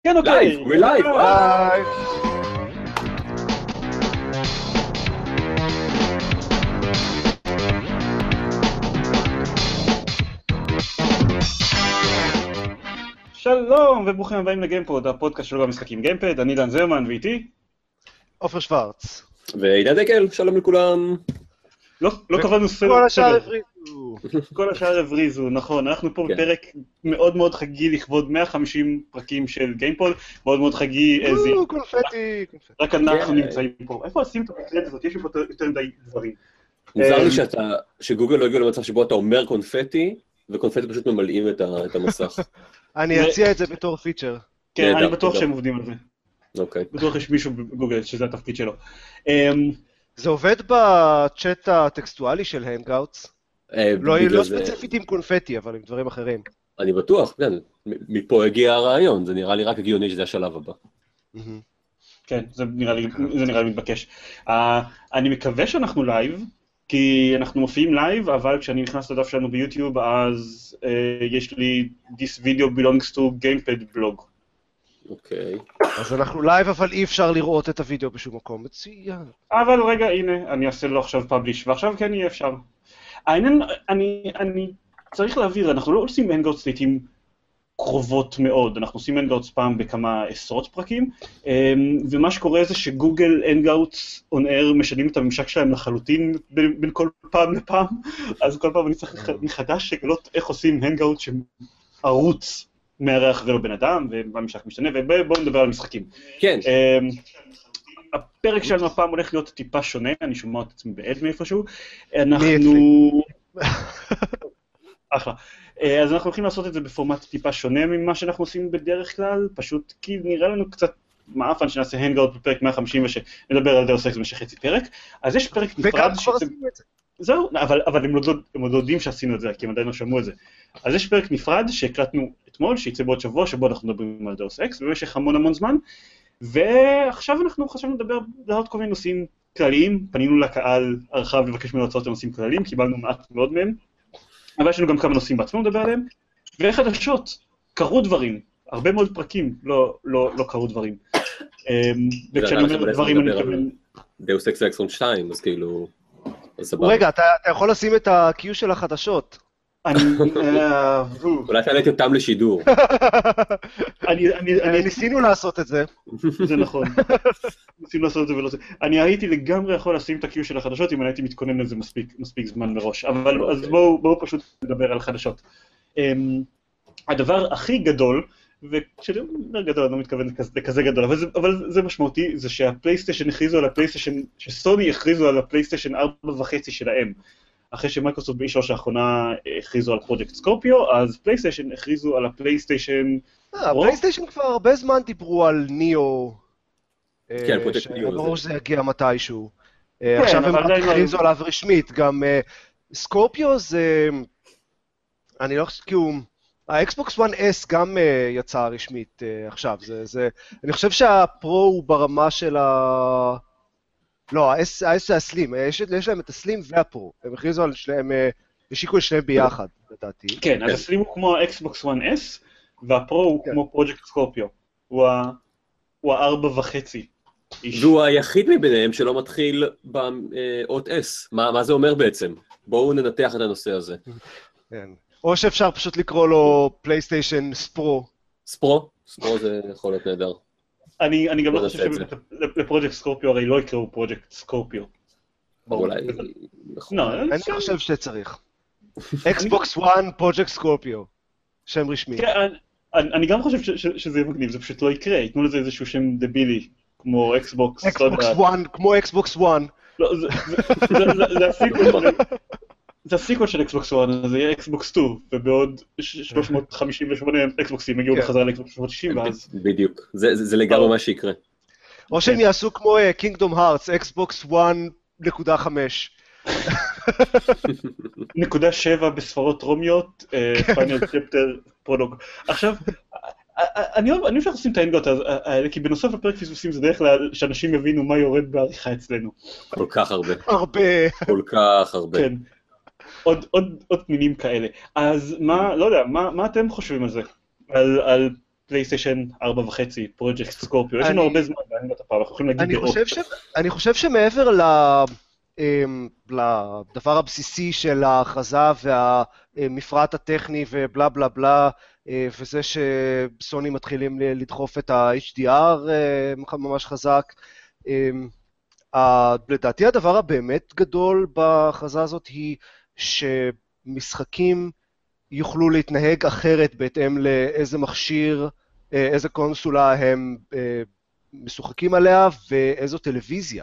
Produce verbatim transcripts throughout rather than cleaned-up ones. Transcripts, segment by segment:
כן, אוקיי. לייב, we're live. ביי. שלום וברוכים הבאים לגיימפוד, הפודקאסט של המשחקים גיימפד, אני דן זרמן ואיתי עופר שוורץ. ועידן דקל, שלום לכולם. לא, לא קבענו סדר. כל השאר הבריזו. כל השאר הבריזו, נכון. אנחנו פה כן. בפרק מאוד מאוד חגי לכבוד מאה וחמישים פרקים של גיימפוד, מאוד מאוד חגי. איזה... או, קונפטי, קונפטי. רק אנחנו כן. נמצאים פה. איפה עושים את הפרק הזאת? יש לי פה יותר מדי דברים. מוזר לי שאתה, שגוגל לא הגיעו למצב שבו אתה אומר קונפטי, וקונפטי פשוט ממלאים את ה- את המסך. אני אציע את זה בתור פיצ'ר. כן, נהדר, אני בטוח תודה. שהם עובדים על זה. אוקיי. בטוח יש מישהו בגוגל שזה התפקיד שלו. אמ, זה עובד בצ'אט הטקסטואלי של הנגאוטס? אה, לא בגלל לא זה- ספציפית עם קונפטי, אבל עם דברים אחרים. אני בטוח, כן. מ- מפה הגיע הרעיון, זה נראה לי רק הגיוני שזה השלב הבא. מהמם. כן, זה נראה לי, זה נראה לי מתבקש. Uh, אני מקווה שאנחנו לייב, כי אנחנו מופיעים לייב, אבל כשאני נכנס לדף שלנו ביוטיוב, אז uh, יש לי This video belongs to gamepad blog. אוקיי. אז אנחנו לייב, אבל אי אפשר לראות את הוידאו בשום מקום. מצוין. אבל רגע, הנה, אני אעשה לו עכשיו פאבליש, ועכשיו כן יהיה אפשר. העניין, אני, אני צריך להעביר, אנחנו לא עושים הנגאוטס לעתים קרובות מאוד, אנחנו עושים הנגאוטס פעם בכמה עשרות פרקים, אמ, ומה שקורה זה שגוגל הנגאוטס און אייר משנים את הממשק שלהם לחלוטין בין, בין כל פעם לפעם, אז כל פעם אני צריך מחדש לגלות איך עושים הנגאוט שערוץ מארח ולא בן אדם, והממשק משתנה, ובואו נדבר על משחקים. כן, אמ, הפרק שלנו הפעם הולך להיות טיפה שונה, אני שומע את עצמי בעד מאיפשהו, אנחנו... אחלה. אז אנחנו הולכים לעשות את זה בפורמט טיפה שונה ממה שאנחנו עושים בדרך כלל, פשוט כי נראה לנו קצת מעפן שנעשה הנגאוט בפרק מאה וחמישים ושנדבר על דאוס אקס במשך חצי פרק, אז יש פרק וגם נפרד כבר שיצא... עשינו את זה. זהו, אבל, אבל הם, עוד, הם עוד יודעים שעשינו את זה, כי הם עדיין לא שמעו את זה. אז יש פרק נפרד שהקלטנו אתמול, שיצא בעוד שבוע, שבו אנחנו מדברים על דאוס אקס במשך המון המון זמן, ועכשיו אנחנו חשבנו לדבר על כל מיני נושאים כלליים, פנינו לקהל הרחב לבקש ממנו הצעות לנושאים כלליים, קיבלנו מעט מאוד מהם, אבל יש לנו גם כמה נושאים בעצמנו לדבר עליהם, וחדשות, קרו דברים, הרבה מאוד פרקים לא, לא, לא קרו דברים. וכשאני אומר דברים אני מתכוון... דאוס אקס אקסון שתיים, אז כאילו... אז סבבה. רגע, אתה אתה יכול לשים את ה-Q של החדשות. אני... אה, אולי תעליתי אותם לשידור. אני... אני... אני... ניסינו לעשות את זה. זה נכון. ניסינו לעשות את זה ולא זה. אני הייתי לגמרי יכול לשים את ה-Q של החדשות אם אני הייתי מתכונן לזה מספיק, מספיק זמן מראש. אבל אז בואו, בואו פשוט נדבר על חדשות. Um, הדבר הכי גדול, וכשאני אומר גדול, אני לא מתכוון לכזה גדול, אבל זה, אבל זה משמעותי, זה שהפלייסטיישן הכריזו על הפלייסטיישן, שסוני הכריזו על הפלייסטיישן ארבע וחצי שלהם. אחרי שמייקרוסופט באי שלוש האחרונה הכריזו על פרויקט סקורפיו, אז פלייסטיישן הכריזו על הפלייסטיישן... אה, הפלייסטיישן כבר הרבה זמן דיברו על ניאו. כן, פרויקט ניאו. ברור שזה יגיע מתישהו. עכשיו הם אבל עדיין לא- הכריזו עליו רשמית, גם אה, סקורפיו זה... אני לא חושב, כאילו... האקסבוקס וואן אס גם אה, יצא רשמית אה, עכשיו, זה, זה... אני חושב שהפרו הוא ברמה של ה... לא, ה-S זה הסלים, יש, יש להם את הסלים והפרו, הם הכריזו על שלהם, אה, השיקו את שלהם ביחד, לדעתי. כן, אז הסלים הוא כמו ה-Xbox One S, והפרו הוא כן. כמו פרויקט סקורפיו. הוא ה- הוא הארבע וחצי. איש. והוא היחיד מביניהם שלא מתחיל באות S. מה מה זה אומר בעצם? בואו ננתח את הנושא הזה. כן. או שאפשר פשוט לקרוא לו פלייסטיישן ספרו. ספרו? ספרו זה יכול להיות נהדר. אני אני גם בוא לא נעשה חושב את זה. שלפרויקט סקורפיו הרי לא יקראו פרויקט סקורפיו. אולי... נכון. לא, אני חושב שצריך. אקסבוקס וואן פרויקט סקורפיו. שם רשמי. כן, אני אני גם חושב ש- ש- שזה יהיה מגניב, זה פשוט לא יקרה, ייתנו לזה איזשהו שם דבילי, כמו אקסבוקס, לא אקסבוקס יודע. וואן, כמו אקסבוקס וואן. לא, זה- זה- זה- זה הסיקוול של- זה הסיקוול של אקסבוקס וואן, זה יהיה אקסבוקס שתיים, ובעוד שלוש מאות חמישים ושמונה אקסבוקסים יגיעו כן. בחזרה לאקסבוקס שלוש מאות שישים, ואז... בדיוק. זה זה- זה לגמרי מה שיקרה. או שהם יעשו כמו קינגדום הארטס, אקסבוקס וואן נקודה חמש. נקודה שבע בספרות רומיות, פיינל צ'פטר פרולוג. עכשיו, אני אוהב, אני אוהב לשים את האנגות האלה, כי בנוסף לפרק פספוסים זה דרך כלל שאנשים יבינו מה יורד בעריכה אצלנו. כל כך הרבה. הרבה. כל כך הרבה. כן. עוד, עוד, עוד פנינים כאלה. אז מה, לא יודע, מה, מה אתם חושבים על זה? על, על פלייסטיישן ארבע וחצי, פרויקט סקורפיו, יש לנו הרבה זמן, ואני לא את הפעם, אנחנו יכולים להגיד דעות. אני חושב שמעבר לדבר הבסיסי של ההכרזה והמפרט הטכני ובלה בלה בלה, וזה שסוני מתחילים לדחוף את ה-אייץ' די אר ממש חזק, לדעתי הדבר הבאמת גדול בהכרזה הזאת היא שמשחקים יוכלו להתנהג אחרת בהתאם לאיזה מכשיר, איזה קונסולה הם משוחקים עליה ואיזו טלוויזיה.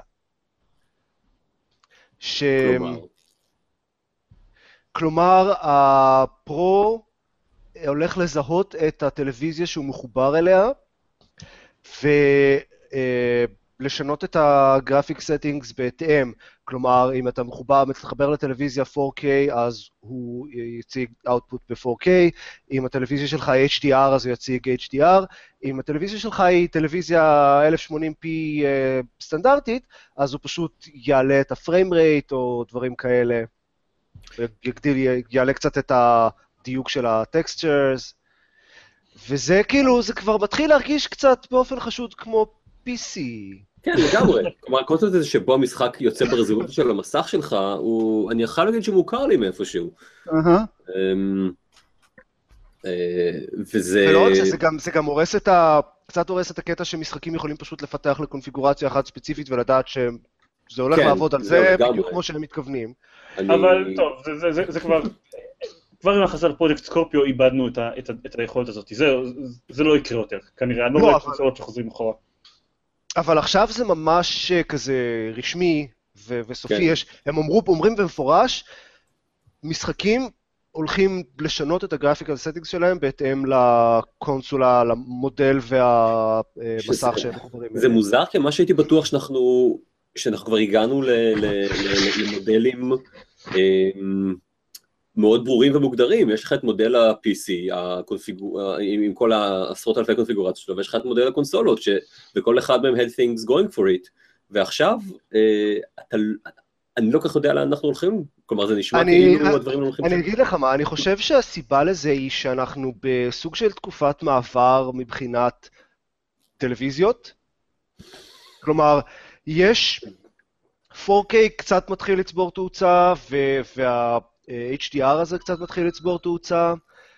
ש... כלומר, כלומר הפרו הולך לזהות את הטלוויזיה שהוא מחובר אליה, ולשנות את הגרפיק סטינגס בהתאם. כלומר, אם אתה מחובר, מתחבר לטלוויזיה פור קיי, אז הוא יציג output ב-פור קיי, אם הטלוויזיה שלך היא אייץ' די אר, אז הוא יציג אייץ' די אר, אם הטלוויזיה שלך היא טלוויזיה אלף ושמונים פי סטנדרטית, אז הוא פשוט יעלה את הפריים רייט או דברים כאלה, יגדיל, יעלה קצת את הדיוק של הטקסטשרס, וזה כאילו, זה כבר מתחיל להרגיש קצת באופן חשוד כמו פי סי. כן, לגמרי. כלומר, הקונספט הזה שבו המשחק יוצא ברזולוציה של המסך שלך, אני יכול להגיד שהוא מוכר לי מאיפשהו. וזה... ולא רק זה, זה גם הורס את ה... קצת הורס את הקטע שמשחקים יכולים פשוט לפתח לקונפיגורציה אחת ספציפית ולדעת שזה הולך לעבוד על זה בדיוק כמו שהם מתכוונים. אבל טוב, זה כבר... כבר עם ההכרזה על פרויקט סקורפיו איבדנו את היכולת הזאת. זה לא יקרה יותר, כנראה. אני לא רואה קונסולות שחוזרים אחורה. אבל עכשיו זה ממש כזה רשמי ו- וסופי, יש, הם אומרו, אומרים במפורש, משחקים הולכים לשנות את הגרפיקל סטינגס שלהם בהתאם לקונסולה, למודל והמסך שהם מחוברים. זה מוזר, כי מה שהייתי בטוח שאנחנו, שאנחנו כבר הגענו ל- ל- ל- למודלים מאוד ברורים ומוגדרים. יש לך את מודל ה-פי סי, הקונפיגור... עם כל העשרות אלפי קונפיגורציות שלו, ויש לך את מודל הקונסולות, וכל אחד מהם had things going for it. ועכשיו, אתה... אני לא כך יודע לאן אנחנו הולכים, כלומר זה נשמע כאילו הדברים לא הולכים. אני אגיד לך מה, אני חושב שהסיבה לזה היא שאנחנו בסוג של תקופת מעבר מבחינת טלוויזיות. כלומר, יש פור קיי קצת מתחיל לצבור תאוצה, וה... אייץ' די אר הזה קצת מתחיל לצבור תאוצה,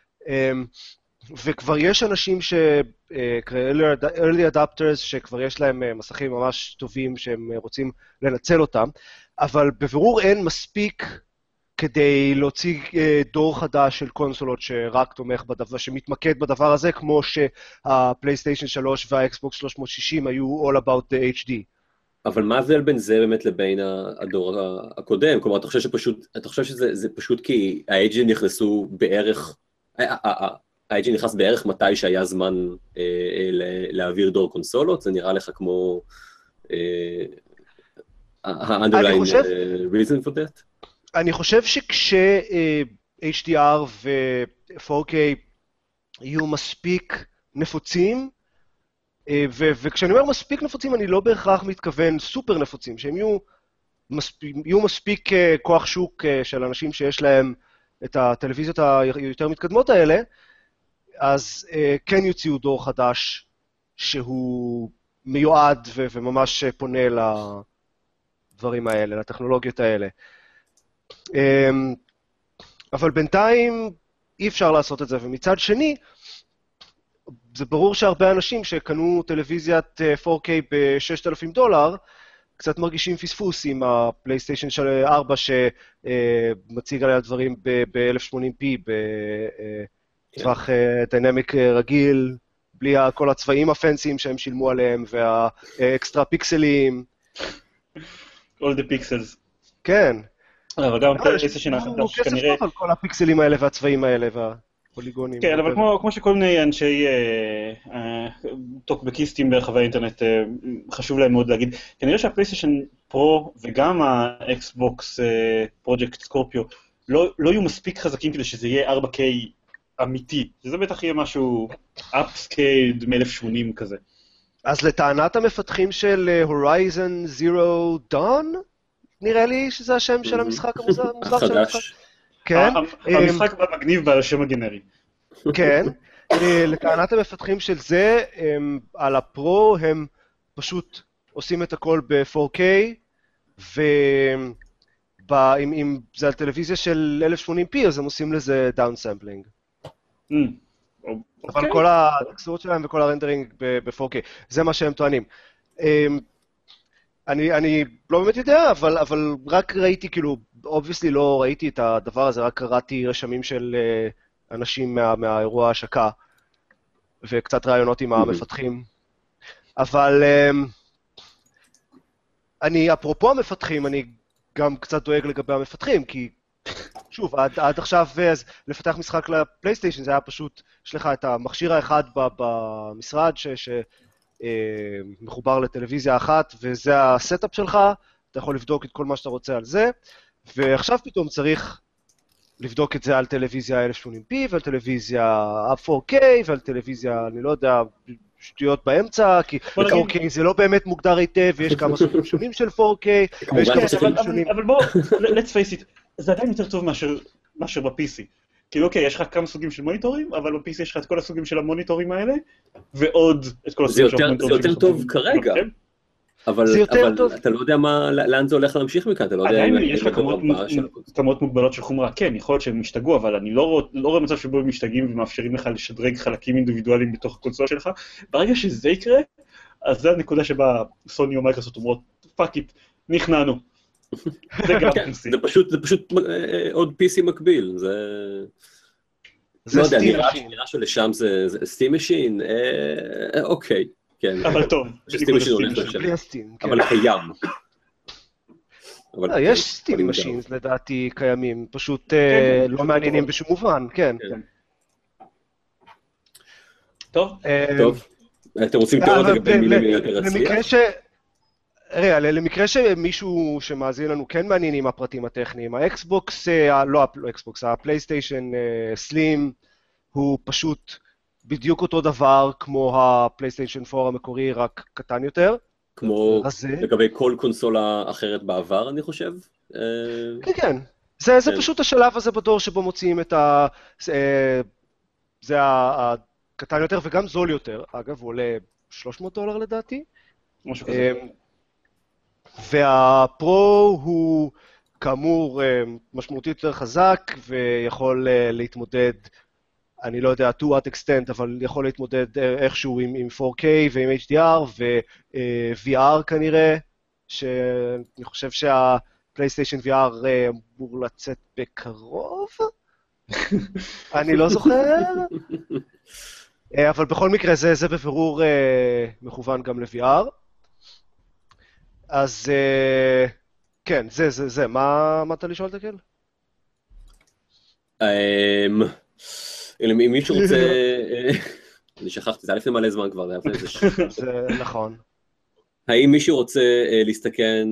וכבר יש אנשים ש... early adapters שכבר יש להם מסכים ממש טובים שהם רוצים לנצל אותם, אבל בבירור אין מספיק כדי להוציא דור חדש של קונסולות שרק תומך בדבר, שמתמקד בדבר הזה, כמו שהפלייסטיישן שלוש והאקסבוקס שלוש מאות שישים היו all about the אייץ' די. אבל מה ההבדל בין זה באמת לבין הדור הקודם? כלומר, אתה חושב שפשוט, אתה חושב שזה פשוט כי ה-איי ג'י נכנסו בערך, ה-איי ג'י נכנס בערך מתי שהיה זמן להעביר דור קונסולות? זה נראה לך כמו ה-underlying reason for that? אני חושב שכש-אייץ' די אר ו-פור קיי יהיו מספיק נפוצים, ו- וכשאני אומר מספיק נפוצים, אני לא בהכרח מתכוון סופר נפוצים, שהם יהיו מספיק, יהיו מספיק כוח שוק של אנשים שיש להם את הטלוויזיות היותר מתקדמות האלה, אז כן יוציאו דור חדש שהוא מיועד ו- וממש פונה לדברים האלה, לטכנולוגיות האלה. אבל בינתיים אי אפשר לעשות את זה, ומצד שני, זה ברור שהרבה אנשים שקנו טלוויזיית פור קיי ב-שישת אלפים דולר, קצת מרגישים פספוס עם הפלייסטיישן של ארבע שמציג עליה דברים ב-אלף ושמונים פי, בטווח דיינמיק רגיל, בלי כל הצבעים הפנסיים שהם שילמו עליהם, והאקסטרה פיקסלים. All the pixels. כן. אבל גם פלייסטיישן החדש, כנראה... כסף טוב על כל הפיקסלים האלה והצבעים האלה וה... פוליגונים. כן, אבל כמו, כמו שכל מיני אנשי אה, אה, טוקבקיסטים ברחבי האינטרנט אה, חשוב להם מאוד להגיד, כנראה שהפלייסטיישן פרו וגם האקסבוקס אה, פרויקט סקורפיו לא, לא יהיו מספיק חזקים כדי שזה יהיה ארבע קיי אמיתי, שזה בטח יהיה משהו upscaled מ-אלף ושמונים כזה. אז לטענת המפתחים של Horizon Zero Dawn, נראה לי שזה השם של המשחק המוזר של המשחק. החדש. כן. המשחק במגניב בעל השם הגנרי. כן. לטענת המפתחים של זה, הם, על הפרו הם פשוט עושים את הכל ב-פור קיי, ואם זה על טלוויזיה של אלף ושמונים פי, אז הם עושים לזה דאון סמפלינג. אבל כל הטקסטורות שלהם וכל הרנדרינג ב-פור קיי, זה מה שהם טוענים. אני, אני לא באמת יודע, אבל, אבל רק ראיתי, כאילו, obviously לא ראיתי את הדבר הזה, רק קראתי רשמים של uh, אנשים מה, מהאירוע ההשקה, וקצת רעיונות עם המפתחים. אבל um, אני, אפרופו המפתחים, אני גם קצת דואג לגבי המפתחים, כי שוב, עד, עד עכשיו אז, לפתח משחק לפלייסטיישן, זה היה פשוט, יש לך את המכשיר האחד במשרד, ש... ש מחובר לטלוויזיה אחת, וזה הסטאפ שלך, אתה יכול לבדוק את כל מה שאתה רוצה על זה, ועכשיו פתאום צריך לבדוק את זה על טלוויזיה אלף ושמונים פי, ועל טלוויזיה פור קיי, ועל טלוויזיה, אני לא יודע, שטויות באמצע, כי פור קיי זה לא באמת מוגדר היטב, ויש כמה סוגים שונים של פור קיי, ויש כמה סוגים שונים. אבל בוא, let's face it, זה עדיין יותר טוב מאשר ב-פי סי. כאילו אוקיי, יש לך כמה סוגים של מוניטורים, אבל ב-פי סי יש לך את כל הסוגים של המוניטורים האלה, ועוד את כל הסוגים של המוניטורים. זה יותר טוב כרגע, אבל אתה לא יודע לאן זה הולך להמשיך מכאן, אתה לא יודע... עדיין יש לך כמות מוגבלות של חומרה, כן, יכול להיות שהם משתגעו, אבל אני לא רואה מצב שבו הם משתגעים ומאפשרים לך לשדרג חלקים אינדיבידואליים בתוך הקונסולה שלך. ברגע שזה יקרה, אז זה הנקודה שבה סוני או מייקרוסופט אומרות, פאק איט, נכנענו. זה פשוט, זה פשוט עוד פי סי מקביל, זה... לא יודע, נראה שלשם זה סטים משין, אוקיי, כן. אבל טוב. אבל קיים. יש סטים משין, לדעתי, קיימים, פשוט לא מעניינים בשום מובן, כן. טוב. טוב. אתם רוצים תיאוריות לגבי מילים יותר רצליח? ראה, למקרה שמישהו שמאזין לנו כן מעניינים הפרטים הטכניים, האקסבוקס, לא האקסבוקס, הפלייסטיישן סלים הוא פשוט בדיוק אותו דבר כמו הפלייסטיישן פור המקורי, רק קטן יותר. כמו לגבי כל קונסולה אחרת בעבר, אני חושב? כן, כן. זה פשוט השלב הזה בדור שבו מוציאים את ה... זה הקטן יותר וגם זול יותר. אגב, הוא עולה שלוש מאות דולר לדעתי. משהו כזה. והפרו הוא כאמור משמעותית יותר חזק ויכול להתמודד, אני לא יודע to what extent, אבל יכול להתמודד איכשהו עם, עם פור קיי ועם אייץ' די אר ו-וי אר כנראה, שאני חושב שהפלייסטיישן וי אר אמור לצאת בקרוב, אני לא זוכר, אבל בכל מקרה זה, זה בבירור מכוון גם ל-וי אר. אז כן, זה, זה, זה. מה אתה לשאול, תקל? אם מישהו רוצה... אני שכחתי, זה היה לפני מלא זמן כבר, זה היה לפני איזה שעה. זה נכון. האם מישהו רוצה להסתכן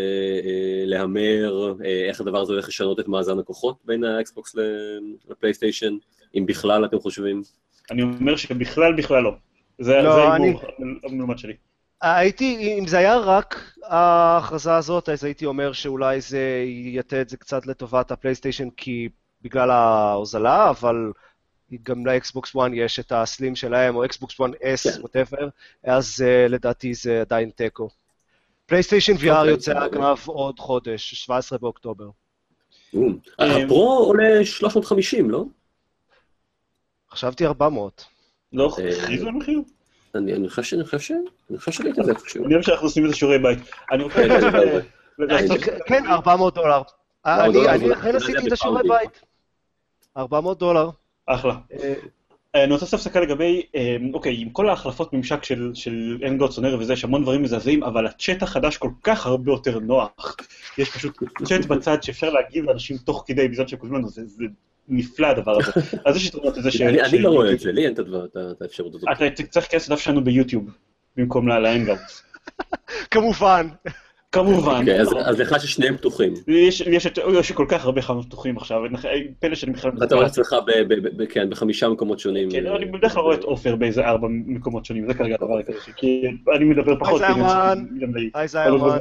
ולהמר איך הדבר הזה הולך לשנות את מאזן הכוחות בין האקסבוקס לפלייסטיישן, אם בכלל אתם חושבים? אני אומר שבכלל בכלל לא. זה ההימור המלומד שלי. הייתי, אם זה היה רק ההכרזה הזאת, אז הייתי אומר שאולי זה יתה את זה קצת לטובת הפלייסטיישן, כי בגלל ההוזלה, אבל גם לאקסבוקס וואן יש את הסלים שלהם, או אקסבוקס וואן אס, whatever, אז לדעתי זה עדיין טקו. פלייסטיישן וי אר יוצא אגב עוד חודש, שבעה עשר באוקטובר. הפרו עולה שלוש מאות וחמישים, לא? חשבתי ארבע מאות. לא, חייב למחיר? אני חושב שאני חושב שאני חושב שאני כזה איפשהו. אני חושב שאנחנו עושים את השיעורי בית. אני רוצה... כן, ארבע מאות דולר. אני אכן עשיתי את השיעורי בית. ארבע מאות דולר. אחלה. אני רוצה לעשות הפסקה לגבי, אוקיי, עם כל ההחלפות ממשק של אנגו צונר וזה, יש המון דברים מזעזעים, אבל הצ'אט החדש כל כך הרבה יותר נוח. יש פשוט צ'אט בצד שאפשר להגיב לאנשים תוך כדי, בזמן שהם כותבים לנו, זה נפלא הדבר הזה. אז יש יתרונות לזה ש... אני לא רואה את זה, לי אין את האפשרות הזאת. אתה צריך להיכנס לדף שלנו ביוטיוב, במקום לאנגאוטס. כמובן. כמובן. אז לך ששניהם פתוחים. יש כל כך הרבה חנות פתוחים עכשיו, פלא שאני בכלל... אתה רואה אצלך בחמישה מקומות שונים. כן, אני בדרך כלל רואה את אופר באיזה ארבע מקומות שונים, זה כרגע הדבר כזה, כי אני מדבר פחות... היי זיירמן. היי זיירמן.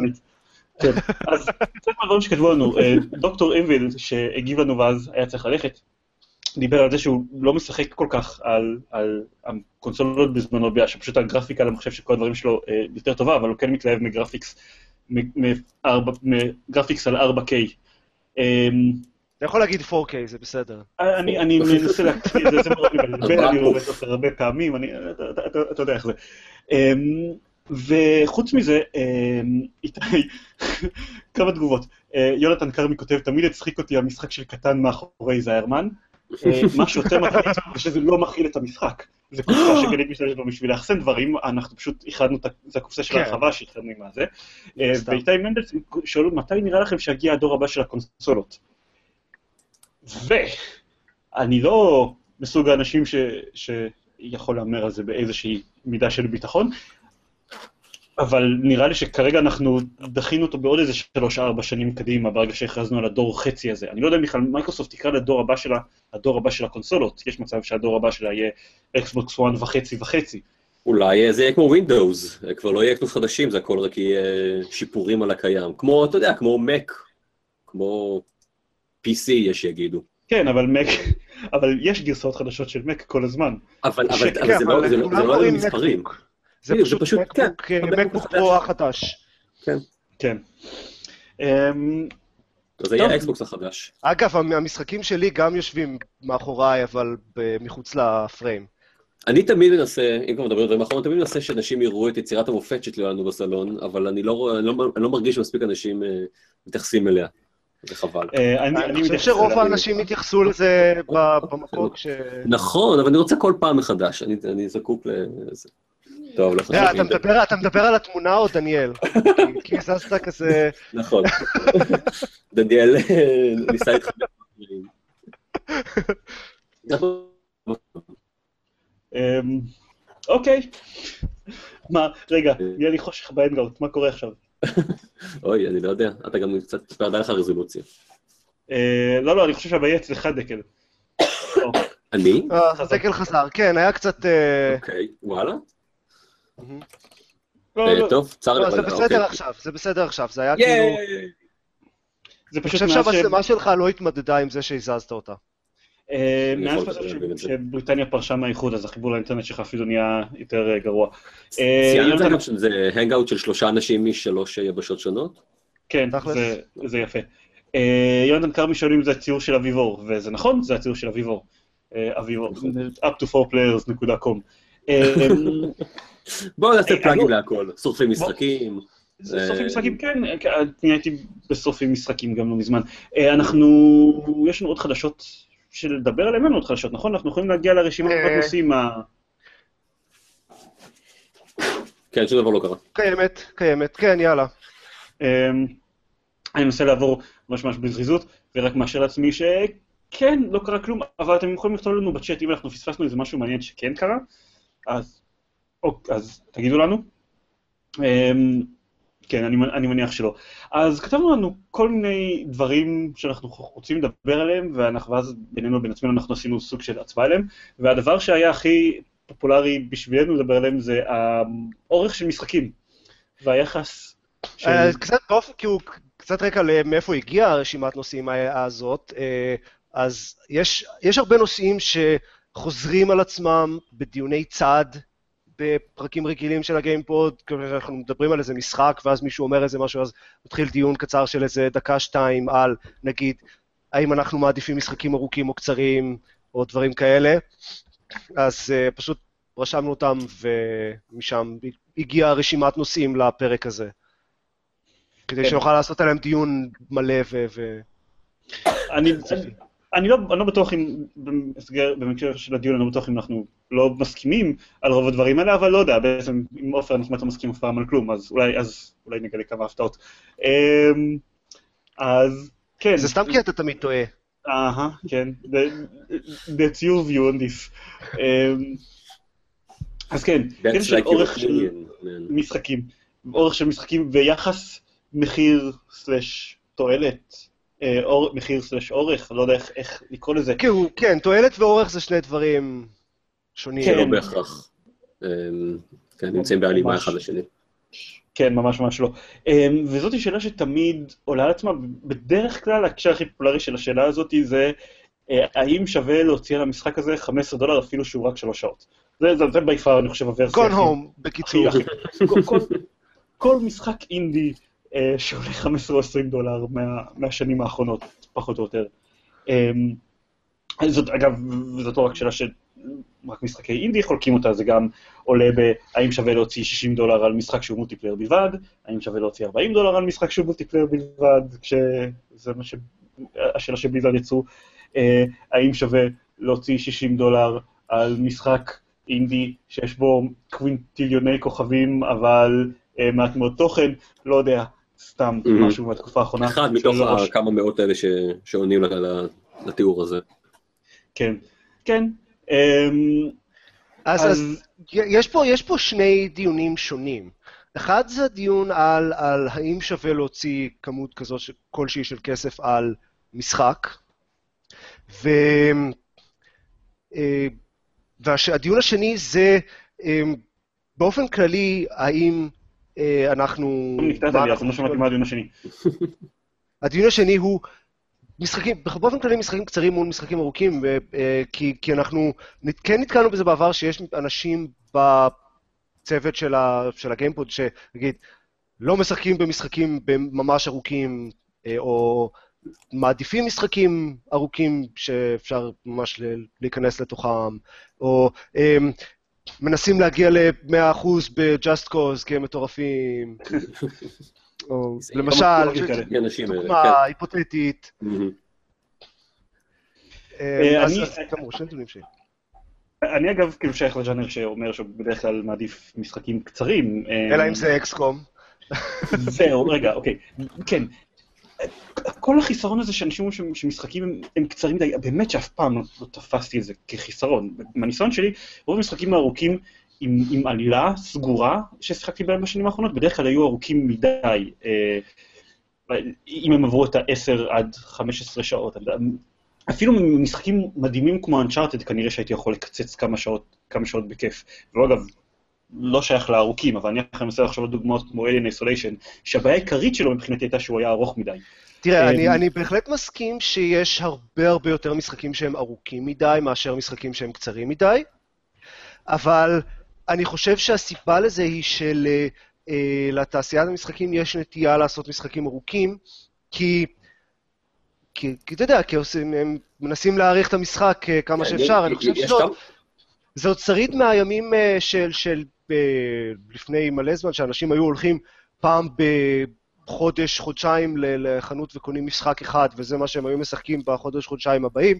אז זה הדברים שכתבו לנו, דוקטור איביל שהגיב לנו ואז היה צריך ללכת, דיבר על זה שהוא לא משחק כל כך על, על הקונסולות בזמנו, בגלל שפשוט הגרפיקה על המחשב שכל הדברים שלו אה, יותר טובה, אבל הוא כן מתלהב מגרפיקס, מגרפיקס על ארבע קיי. אה, אתה יכול להגיד פור קיי, זה בסדר. אני, אני מנסה להקטיר את זה, זה מאוד מבלבל, אני רואה את זה הרבה פעמים, אני, אתה, אתה, אתה יודע איך זה. אה, וחוץ מזה, אה, איתי, כמה תגובות. אה, יונתן קרמי כותב, תמיד הצחיק אותי המשחק של קטן מאחורי זיירמן, מה שיותר מטריד זה שזה לא מכיל את המשחק. זה קופסה שגלית משתמשת בו בשביל לאחסן דברים, אנחנו פשוט איחדנו את הקופסה של הרחבה שהתחלנו עם הזה. ואיתי מנדלס שואלו, מתי נראה לכם שיגיע הדור הבא של הקונסולות? ואני לא מסוג האנשים שיכול לאמר על זה באיזושהי מידה של ביטחון, אבל נראה לי שכרגע אנחנו דחינו אותו בעוד איזה שלוש ארבע שנים קדימה, ברגע שהכרזנו על הדור חצי הזה. אני לא יודע אם בכלל מייקרוסופט תקרא לדור הבא שלה, הדור הבא של הקונסולות. יש מצב שהדור הבא שלה יהיה Xbox One וחצי וחצי. אולי זה יהיה כמו Windows, כבר לא יהיה כמו חדשים, זה הכל רק יהיה שיפורים על הקיים. כמו, אתה יודע, כמו Mac, כמו פי סי יש שיגידו. כן, אבל Mac, אבל יש גרסאות חדשות של Mac כל הזמן. אבל זה לא על המספרים. זה פשוט מקבוק פרו החדש. כן. כן. זה יהיה האקסבוקס החדש. אגב, המשחקים שלי גם יושבים מאחוריי, אבל מחוץ לפריים. אני תמיד מנסה, אם כבר מדברים על דברים אחרונים, תמיד מנסה שאנשים יראו את יצירת המופת שתלויה לנו בסלון, אבל אני לא מרגיש שמספיק אנשים מתייחסים אליה. זה חבל. אני חושב שרוב האנשים התייחסו לזה במקום ש... נכון, אבל אני רוצה כל פעם מחדש, אני זקוק לזה. טוב, לא חשוב. אתה מדבר על התמונה או דניאל? כי זזת כזה... נכון. דניאל ניסה להתחבר. אוקיי. מה, רגע, נהיה לי חושך באנגאוט, מה קורה עכשיו? אוי, אני לא יודע, אתה גם קצת פרדה לך רזולוציה. לא, לא, אני חושב שהבעיה אצלך דקל. אני? דקל חזר, כן, היה קצת... אוקיי, וואלה? טוב, צר לי. זה בסדר עכשיו, זה בסדר עכשיו, זה היה כאילו... זה פשוט אני חושב שהמצלמה שלך לא התמדדה עם זה שהזזת אותה. מאז שבריטניה פרשה מהאיחוד, אז החיבור לאינטרנט שלך אפילו נהיה יותר גרוע. ציינת גם שזה הנגאוט של שלושה אנשים משלוש יבשות שונות? כן, זה יפה. יונתן קרמי שואלים אם זה הציור של אביבור, וזה נכון, זה הציור של אביבור. אביבור, up to four players נקודה קום. בואו נעשה פלאגים להכל, שורפים משחקים. שורפים משחקים, כן, אני הייתי בשורפים משחקים גם לא מזמן. אנחנו, יש לנו עוד חדשות שלדבר עליהם, אין עוד חדשות, נכון? אנחנו יכולים להגיע לרשימת נושאים ה... כן, שום דבר לא קרה. קיימת, קיימת, כן, יאללה. אני מנסה לעבור ממש ממש בזריזות, ורק מאשר לעצמי שכן, לא קרה כלום, אבל אתם יכולים לכתוב לנו בצ'אט אם אנחנו פספסנו איזה משהו מעניין שכן קרה, אז, אז תגידו לנו. כן, אני, אני מניח שלא. אז כתבנו לנו כל מיני דברים שאנחנו רוצים לדבר עליהם, ואנחנו, ואז בינינו ובין עצמנו אנחנו עשינו סוג של הצבעה עליהם, והדבר שהיה הכי פופולרי בשבילנו לדבר עליהם זה האורך של משחקים, והיחס של... קצת טוב, כי הוא קצת רקע מאיפה הגיעה הרשימת נושאים הזאת, אז יש, יש הרבה נושאים שחוזרים על עצמם בדיוני צד, בפרקים רגילים של הגיימפוד, אנחנו מדברים על איזה משחק, ואז מישהו אומר איזה משהו, אז מתחיל דיון קצר של איזה דקה שתיים על, נגיד, האם אנחנו מעדיפים משחקים ארוכים או קצרים, או דברים כאלה, אז uh, פשוט רשמנו אותם, ומשם הגיעה רשימת נושאים לפרק הזה, כדי שנוכל לעשות עליהם דיון מלא ו... ו... אני... אני לא, אני לא בטוח אם, במקרה של הדיון, אני לא בטוח אם אנחנו לא מסכימים על רוב הדברים האלה, אבל לא יודע, בעצם עם אופר אנחנו לא מסכימים אף פעם על כלום, אז אולי, אז אולי נגלה כמה הפתעות. אז, כן. זה סתם כי אתה תמיד טועה. אהה, כן. That's your view on this. אז כן, כן של אורך של משחקים, אורך של משחקים ויחס מחיר סלש תועלת. מחיר סלש אורך, לא יודע איך לקרוא לזה. כן, תועלת ואורך זה שני דברים שונים. לא בהכרח. כן, נמצאים בהלימה אחד לשני. כן, ממש ממש לא. וזאת היא שאלה שתמיד עולה על עצמה, בדרך כלל הקשר הכי פופולרי של השאלה הזאת זה האם שווה להוציא על המשחק הזה חמישה עשר דולר אפילו שהוא רק שלוש שעות? זה, זה, זה ביפר, אני חושב, הוורסיה. Gone home, בקיצור. כל, כל, כל משחק אינדי אה, שעולה חמישה עשר או עשרים דולר מה, מהשנים האחרונות, פחות או יותר. אה, זאת, אגב, זאת לא רק שאלה שרק משחקי אינדי חולקים אותה, זה גם עולה בהאם שווה להוציא שישים דולר על משחק שהוא מולטיפלייר בלבד, האם שווה להוציא ארבעים דולר על משחק שהוא מולטיפלייר בלבד, כשזה מה ש... השאלה שבלבד יצאו, אה, האם שווה להוציא שישים דולר על משחק אינדי שיש בו קווינטיליוני כוכבים, אבל אה, מעט מאוד תוכן, לא יודע, סתם mm-hmm. משהו מהתקופה האחרונה. אחד מתוך כמה מאות האלה ש... שעונים לתיאור הזה. כן, כן. אז, אז... אז יש, פה, יש פה שני דיונים שונים. אחד זה דיון על, על האם שווה להוציא כמות כזאת כלשהי של כסף על משחק, ו... והדיון השני זה באופן כללי, האם אנחנו... נקטעת לי, אז לא שמעתי מה הדיון השני. הדיון השני הוא משחקים, באופן כללי משחקים קצרים מול משחקים ארוכים, כי, כי אנחנו כן נתקלנו בזה בעבר שיש אנשים בצוות של, ה, של הגיימפוד שנגיד לא משחקים במשחקים ממש ארוכים, או מעדיפים משחקים ארוכים שאפשר ממש להיכנס לתוכם, או מנסים להגיע ל-מאה אחוז ב-Just Cause כי הם מטורפים. או למשל, דוגמה היפותטית. אז כמובן, שני נתונים שלי. אני אגב כאילו שייך לג'אנר שאומר שבדרך כלל מעדיף משחקים קצרים. אלא אם זה אקסקום. זהו, רגע, אוקיי. כן. כל החיסרון הזה שאנשים שמשחקים הם קצרים מדי, באמת שאף פעם לא תפסתי את זה כחיסרון. מהניסיון שלי, רוב המשחקים הארוכים עם, עם עלילה סגורה ששיחקתי בהם בשנים האחרונות, בדרך כלל היו ארוכים מדי, אה, אם הם עברו את ה-עשר עד חמש עשרה שעות. אפילו משחקים מדהימים כמו Uncharted, כנראה שהייתי יכול לקצץ כמה שעות, כמה שעות בכיף. ואגב, לא שייך לארוכים, אבל אני יכול לנסה לחשוב על דוגמאות כמו Alien Isolation, שהבעיה העיקרית שלו מבחינתי הייתה שהוא היה ארוך מדי. תראה, אני, אני בהחלט מסכים שיש הרבה הרבה יותר משחקים שהם ארוכים מדי, מאשר משחקים שהם קצרים מדי, אבל אני חושב שהסיבה לזה היא של אה, לתעשיית המשחקים יש נטייה לעשות משחקים ארוכים, כי, כי, כי אתה יודע, כי עושים, הם מנסים להאריך את המשחק כמה שאפשר, אני חושב שזאת, זאת שריד מהימים של, של ב, לפני מלא זמן, שאנשים היו הולכים פעם בחודש, חודשיים לחנות וקונים משחק אחד, וזה מה שהם היו משחקים בחודש, חודשיים הבאים,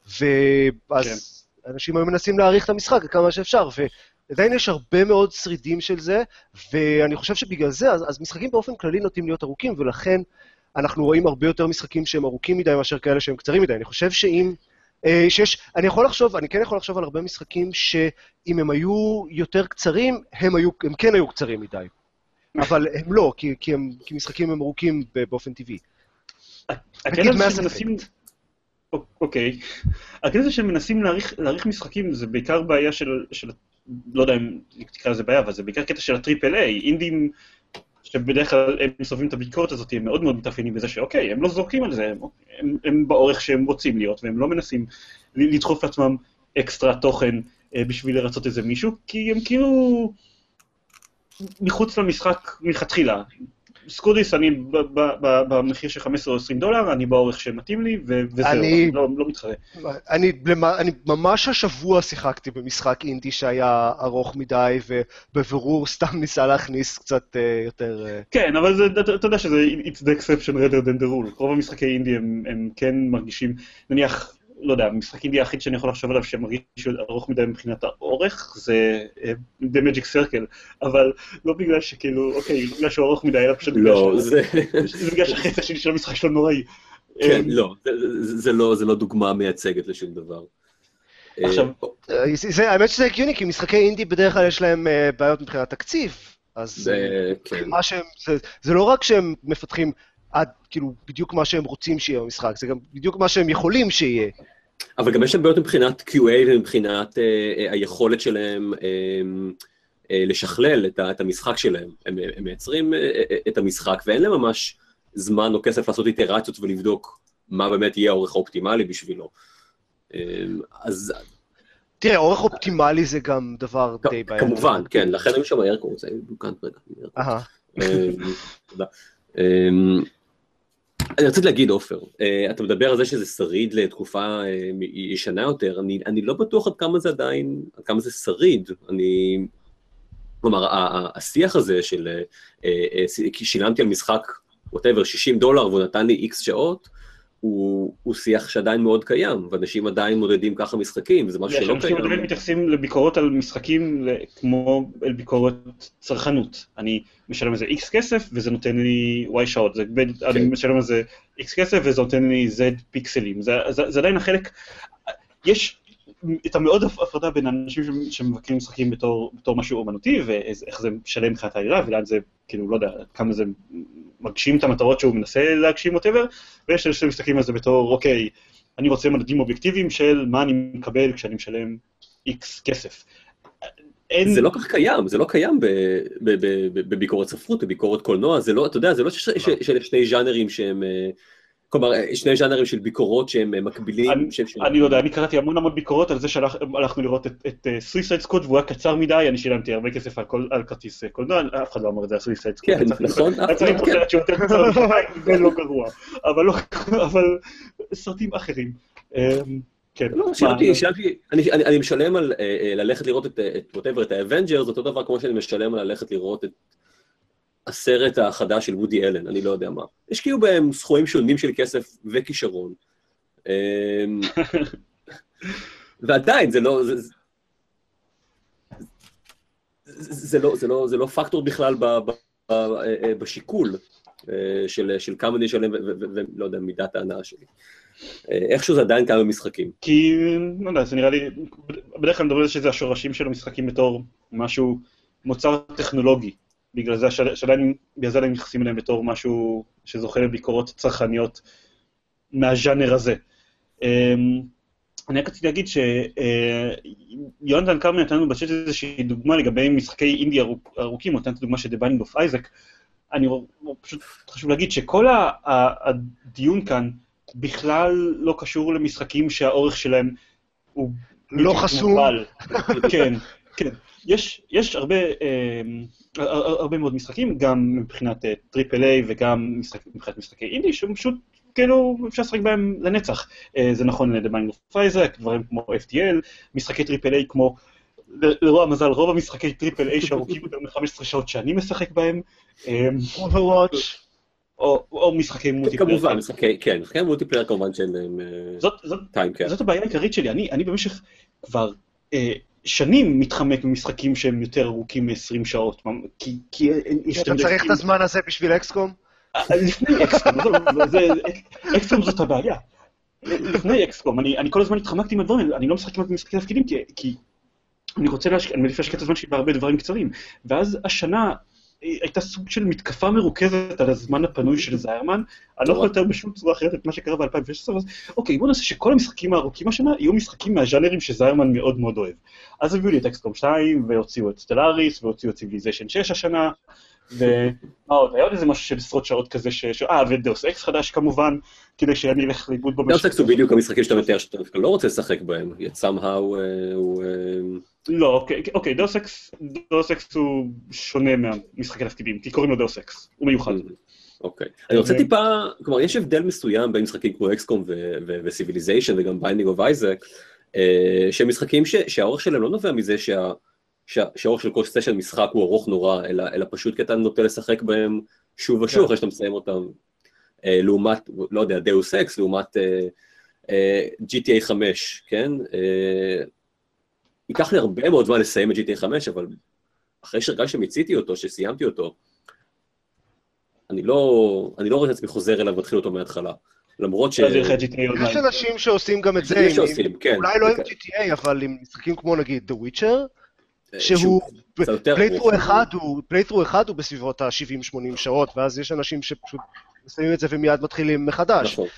ואז כן. אנשים היו מנסים להאריך את המשחק כמה שאפשר, ועדיין יש הרבה מאוד שרידים של זה, ואני חושב שבגלל זה, אז, אז משחקים באופן כללי נוטים להיות ארוכים, ולכן אנחנו רואים הרבה יותר משחקים שהם ארוכים מדי, מאשר כאלה שהם קצרים מדי. אני חושב שאם, שיש, אני יכול לחשוב, אני כן יכול לחשוב על הרבה משחקים שאם הם היו יותר קצרים, הם, היו, הם כן היו קצרים מדי. אבל הם לא, כי, כי, הם, כי משחקים הם ארוכים באופן טבעי. הקטע זה שמנסים... אוקיי. הקטע זה שמנסים להאריך משחקים, זה בעיקר בעיה של, לא יודע אם תקרא לזה בעיה, אבל זה בעיקר קטע של הטריפל איי. אינדים שבדרך כלל הם סובבים את הביקורת הזאת, הם מאוד מאוד מתאפיינים בזה שאוקיי, הם לא זורקים על זה, הם, הם, הם באורך שהם רוצים להיות, והם לא מנסים לדחוף לעצמם אקסטרה תוכן בשביל לרצות איזה מישהו, כי הם כאילו מחוץ למשחק מלכתחילה. סקודיס, אני במחיר של חמישה עשר או עשרים דולר, אני באורך שמתאים לי, וזהו, אני לא מתחרה. אני ממש השבוע שיחקתי במשחק אינדי שהיה ארוך מדי, ובבירור סתם ניסה להכניס קצת יותר... כן, אבל אתה יודע שזה it's the exception rather than the rule. רוב המשחקי אינדי הם כן מרגישים, נניח, לא יודע, המשחק אינדי היחיד שאני יכול לחשוב עליו שמרגיש ארוך מדי מבחינת האורך, זה The Magic Circle, אבל לא בגלל שכאילו, אוקיי, לא בגלל שהוא ארוך מדי, אלא פשוט בגלל שהחצי שלי של המשחק שלו נוראי. כן, לא, זה לא דוגמה מייצגת לשום דבר. עכשיו, האמת שזה הגיוני, כי משחקי אינדי בדרך כלל יש להם בעיות מבחינת תקציב, אז זה לא רק שהם מפתחים עד כאילו בדיוק מה שהם רוצים שיהיה במשחק, זה גם בדיוק מה שהם יכולים שיהיה. אבל גם יש להם בעיות מבחינת קיו איי ומבחינת אה, היכולת שלהם אה, אה, לשכלל את, את המשחק שלהם. הם, הם מייצרים אה, את המשחק ואין להם ממש זמן או כסף לעשות איטרציות ולבדוק מה באמת יהיה האורך האופטימלי בשבילו. אז... תראה, אורך אופטימלי זה גם דבר די בעיה. כמובן, כן, לכן היו שם איירקור, זה דוקנט רגע. אהה. תודה. אני רציתי להגיד, עופר, אתה מדבר על זה שזה שריד לתקופה ישנה יותר, אני לא בטוח עד כמה זה עדיין, עד כמה זה שריד, אני... כלומר, השיח הזה של שילמתי על משחק, whatever, שישים דולר, והוא נתן לי איקס שעות, הוא שיח שעדיין מאוד קיים, ואנשים עדיין מודדים ככה משחקים, וזה משהו שלא קיים. אנשים עדיין מתייחסים לביקורות על משחקים כמו אל ביקורת צרכנות. אני משלם איזה איקס כסף, וזה נותן לי וואי שעות. אני משלם איזה איקס כסף, וזה נותן לי זד פיקסלים. זה עדיין החלק... יש את המאוד הפרדה בין אנשים שמבקרים משחקים בתור משהו אומנותי, ואיך זה משלם מבחינת העירה, ולאן זה, כאילו, לא יודע, כמה זה מגשים את המטרות שהוא מנסה להגשים whatever, ויש אנשים שמסתכלים על זה בתור, אוקיי, אני רוצה מדדים אובייקטיביים של מה אני מקבל כשאני משלם איקס כסף. זה לא כך קיים, זה לא קיים בביקורת ספרות, בביקורת קולנוע, זה לא, אתה יודע, זה לא של שני ז'אנרים שהם... כלומר, שני ז'אנרים של ביקורות שהם מקבילים. אני לא יודע, אני קראתי המון המון ביקורות על זה שהלכנו לראות את סויסייד סקווד, והוא היה קצר מדי, אני שילמתי הרבה כסף על כרטיס קולנוע, אף אחד לא אמר את זה, סויסייד סקווד. כן, נכון. אני צריך לדעת שהוא יותר קצר משחק, זה לא גרוע. אבל סרטים אחרים. כן. אני משלם על ללכת לראות את whatever, את האבנג'ר, זה אותו דבר כמו שאני משלם על ללכת לראות את הסרט החדש של וודי אלן, אני לא יודע מה. השקיעו בהם סכומים שונים של כסף וכישרון. ועדיין, זה לא... זה לא, זה לא, זה לא פקטור בכלל בשיקול של כמה אני אשלם ולא יודע, מידת ההנאה שלי. איכשהו זה עדיין כמה משחקים. כי, לא יודע, זה נראה לי, בדרך כלל מדבר על זה שזה השורשים של המשחקים בתור משהו, מוצר טכנולוגי. בגלל זה שעדיין, בגלל זה הם נכנסים אליהם בתור משהו שזוכה לביקורות צרכניות מהז'אנר הזה. אני רק רציתי להגיד שיונתן קרמן נתן לנו בצ'אט איזושהי דוגמה לגבי משחקי אינדי ארוכים, נתן את הדוגמה של The Binding of Isaac. אני פשוט חשוב להגיד שכל הדיון כאן בכלל לא קשור למשחקים שהאורך שלהם הוא לא חסום. כן, כן. יש, יש הרבה, הרבה מאוד משחקים, גם מבחינת טריפל איי וגם מבחינת משחקי אינדי, שפשוט כאילו אפשר לשחק בהם לנצח. זה נכון ל-The Binding of Isaac, דברים כמו אף טי אל, משחקי טריפל איי כמו, לרוע המזל, רוב המשחקי טריפל איי שארוכים יותר מ-חמש עשרה שעות שאני משחק בהם. Overwatch. או משחקי מולטיפלייר. כמובן, משחקי, כן, משחקי מולטיפלייר כמובן שאין להם טיים קאפ. זאת הבעיה העיקרית שלי, אני במשך כבר... שנים מתחמק במשחקים שהם יותר ארוכים מ-עשרים שעות, כי... אתה צריך את הזמן הזה בשביל אקסקום? לפני אקסקום, אקסקום זאת הבעיה. לפני אקסקום, אני כל הזמן התחמקתי מהדברים, אני לא משחק כמעט במשחקי תפקידים, כי אני רוצה להשקיע, אני מעדיף להשקיע את הזמן שלי בהרבה דברים קצרים. ואז השנה הייתה סוג של מתקפה מרוכזת על הזמן הפנוי של זיירמן, אני לא יכול לתאר בשום צורה אחרת את מה שקרה ב-אלפיים ושש עשרה, אז אוקיי, בואו נעשה שכל המשחקים הארוכים השנה יהיו משחקים מהז'אנרים שזיירמן מאוד מאוד אוהב. אז הביאו לי את אקסקום שתיים, והוציאו את סטלאריס, והוציאו את ציוויליזיישן שש השנה, ומה עוד, היה עוד איזה משהו של עשרות שעות כזה, אה, ודאוס אקס חדש כמובן, כדי שאני אלך לאיבוד במשחק. דאוס אקס הוא בדיוק המשחקים שאתה מתאר שאתה לא רוצה לשחק בהם, yet somehow הוא... לא, אוקיי, דאוס אקס, דאוס אקס הוא שונה מהמשחקי תפקידים, כי קוראים לו דאוס אקס, הוא מיוחד. אוקיי, אני רוצה טיפה, כלומר, יש הבדל מסוים בין משחקים כמו אקסקום וסיביליזיישן וגם ביינדינג אוף אייזק, שהם משחקים שהאורך שלהם לא נובע מזה שהאורך של כל סשן משחק הוא ארוך נורא, אלא פשוט כי אתה נוטה לשחק בהם שוב ושוב, אחרי שאתה מסיים אותם, לעומת, לא יודע, דאוס אקס, לעומת ג'י טי איי חמש, כן? ייקח לי הרבה מאוד זמן לסיים את ג'י טי איי חמש, אבל אחרי שרגע שמיציתי אותו, שסיימתי אותו, אני לא, אני לא רואה את עצמי חוזר אליו ומתחיל אותו מההתחלה. למרות ש... יש אנשים שעושים גם את זה, אולי לא עם ג'י טי איי, אבל עם משחקים כמו נגיד The Witcher, שהוא פלייטרו אחד הוא בסביבות ה-שבעים שמונים שעות, ואז יש אנשים שפשוט מסיימים את זה ומיד מתחילים מחדש. נכון.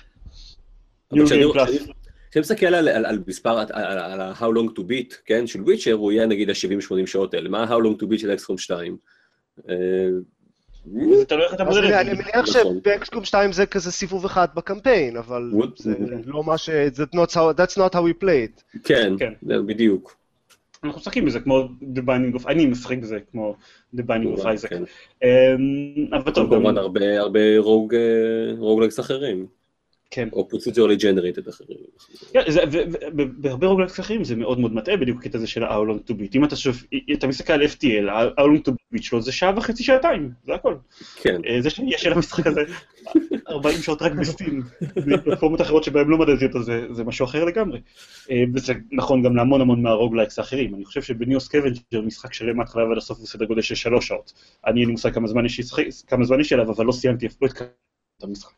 כשאני מסתכל על מספר, על ה-How long to beat, כן, של וויצ'ר, הוא יהיה נגיד ה-שבעים שמונים שעות האלה. מה ה-How long to beat של אקסקום שתיים? זה תלוי איך אתה מודד את זה. אני מניח שבאקסקום שתיים זה כזה סיבוב אחד בקמפיין, אבל זה לא מה ש... That's not how we play it. כן, בדיוק. אנחנו משחקים בזה כמו The Binding of... אני משחק בזה כמו The Binding of Isaac. אבל טוב, כמובן הרבה רוגלקס אחרים. כן. או procedurally generated אחרים. בהרבה רוגלקס אחרים זה מאוד מאוד מטעה, בדיוק הקטע הזה של How Long to Beat. אם אתה מסתכל על אף טי אל, How Long to Beat שלו זה שעה וחצי, שעתיים, זה הכל. כן. זה שיש של המשחק הזה ארבעים שעות רק בסטים, בפלטפורמות אחרות שבהם לא מדדתי אותו, זה משהו אחר לגמרי. וזה נכון גם להמון המון מהרוגלקס האחרים. אני חושב שבניו סקוונג'ר משחק שלם מההתחלה ועד הסוף הוא סדר גודל של שלוש שעות. אני אין לי מושג כמה זמן יש אליו, אבל לא סיימתי אף לא את המשחק.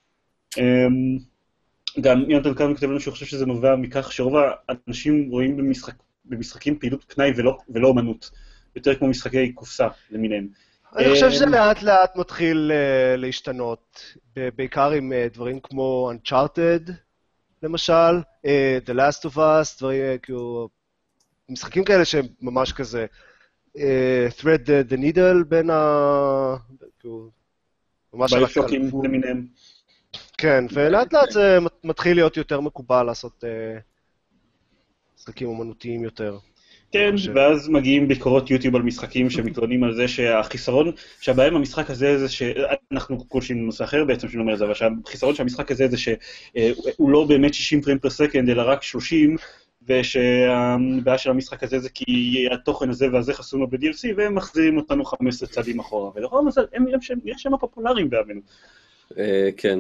גם יונתן קרמן כתב לנו שהוא חושב שזה נובע מכך שרוב האנשים רואים במשחק, במשחקים פעילות פנאי ולא, ולא אומנות, יותר כמו משחקי קופסה למיניהם. אני חושב שזה לאט לאט מתחיל uh, להשתנות, בעיקר עם uh, דברים כמו Uncharted, למשל, uh, The Last of Us, דברים uh, כאילו, משחקים כאלה שהם ממש כזה, uh, Thread the, the Needle בין ה... כאילו, ממש על ביושוקים למיניהם. כן, ולאט לאט זה מתחיל להיות יותר מקובל לעשות משחקים אומנותיים יותר. כן, ואז מגיעים ביקורות יוטיוב על משחקים שמתלוננים על זה שהחיסרון, שהבעיה עם המשחק הזה זה שאנחנו קולשים לנושא אחר בעצם שאני אומר את זה, אבל שהחיסרון שהמשחק הזה זה שהוא לא באמת שישים פריים פר סקנד אלא רק שלושים, ושהבעיה של המשחק הזה זה כי התוכן הזה והזה חסום לו ב-די אל סי והם מחזירים אותנו חמישה עשר צעדים אחורה, ולרוב הם שם הפופולריים בימינו. כן.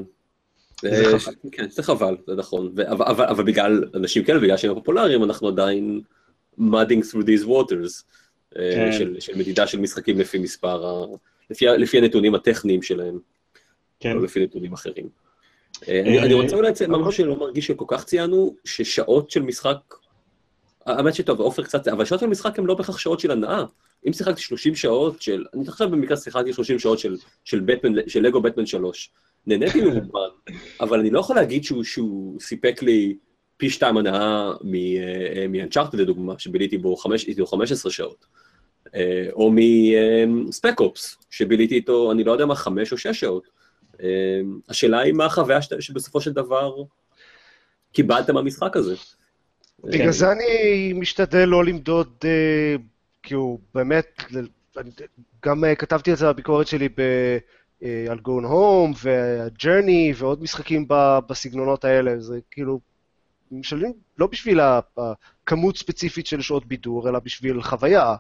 כן, זה חבל, זה נכון, אבל בגלל אנשים כאלה, בגלל שהם פופולריים, אנחנו עדיין mudding through these waters, של מדידה של משחקים לפי מספר, לפי הנתונים הטכניים שלהם, או לפי נתונים אחרים. אני רוצה אולי לציין משהו שלא מרגיש שכל כך ציינו, ששעות של משחק, האמת שטוב, אופר קצת, אבל שעות של משחק הן לא בהכרח שעות של הנאה. אם שיחקתי שלושים שעות של, אני חושב במקרה שיחקתי שלושים שעות של לגו בטמן שלוש, נהניתי מרובן, אבל אני לא יכול להגיד שהוא סיפק לי פי שתיים הנאה מ-Uncharted לדוגמה, שביליתי בו חמש עשרה שעות, או מספק אופס, שביליתי איתו, אני לא יודע מה, חמש או שש שעות. השאלה היא מה החוויה שבסופו של דבר קיבלת מהמשחק הזה. בגלל זה אני משתדל לא למדוד, כי הוא באמת, גם כתבתי על זה בביקורת שלי על Gone Home ו-Journey ועוד משחקים בסגנונות האלה, זה כאילו, משלמים לא בשביל הכמות ספציפית של שעות בידור, אלא בשביל חוויה.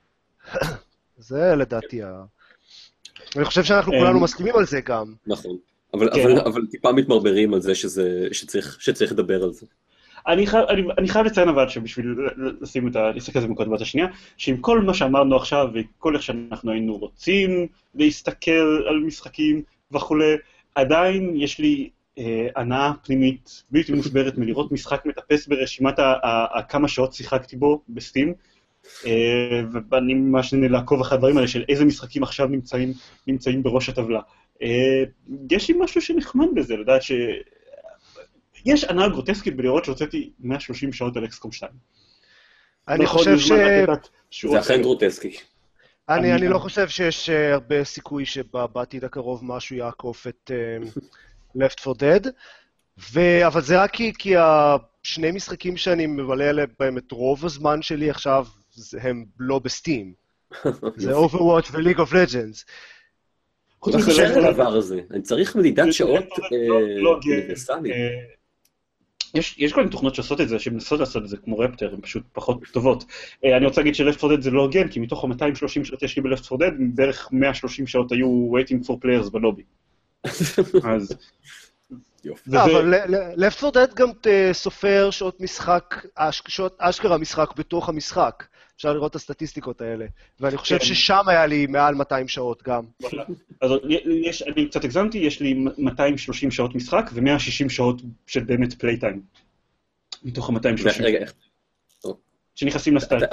זה לדעתי ה... אני חושב שאנחנו כולנו מסכימים על זה גם. נכון, אבל טיפה מתמרברים על זה שצריך לדבר על זה. אני חייב לציין אבל שבשביל לשים את העסק הזה בנקודת השנייה, שעם כל מה שאמרנו עכשיו וכל איך שאנחנו היינו רוצים להסתכל על משחקים וכולי, עדיין יש לי הנאה פנימית בלתי מוסברת מלראות משחק מטפס ברשימת כמה שעות שיחקתי בו בסטים, ואני ממש נהנה לעקוב אחרי הדברים האלה של איזה משחקים עכשיו נמצאים, נמצאים בראש הטבלה. יש לי משהו שנחמד בזה, לדעת ש... יש הנאה גרוטסקית בלראות שהוצאתי מאה ושלושים שעות על אקסקום שתיים. אני חושב ש... זה אכן גרוטסקי. אני לא חושב שיש הרבה סיכוי שבעתיד הקרוב משהו יעקוף את Left פור Dead, אבל זה רק כי השני משחקים שאני מבלה עליהם בהם את רוב הזמן שלי עכשיו, הם לא בסטים. זה Overwatch ו-League of Legends. אני חושב על הדבר הזה, אני צריך מדידת שעות אוניברסלית. יש, יש כל מיני תוכנות שעושות את זה, שמנסות לעשות את זה כמו רפטר, הן פשוט פחות טובות. אני רוצה להגיד ש-Left פור Dead זה לא הוגן, כי מתוך ה-מאתיים ושלושים שעות יש לי ב-Left פור Dead, בערך מאה ושלושים שעות היו waiting for players בלובי. אז... אבל Left פור Dead גם סופר שעות משחק, שעות אשכרה משחק בתוך המשחק. אפשר לראות את הסטטיסטיקות האלה, ואני חושב ששם היה לי מעל מאתיים שעות גם. אז אני קצת הגזמתי, יש לי מאתיים ושלושים שעות משחק, ו-מאה ושישים שעות של באמת פלייטיים. מתוך ה-מאתיים ושלושים. רגע, איך? שנכנסים לסטייל.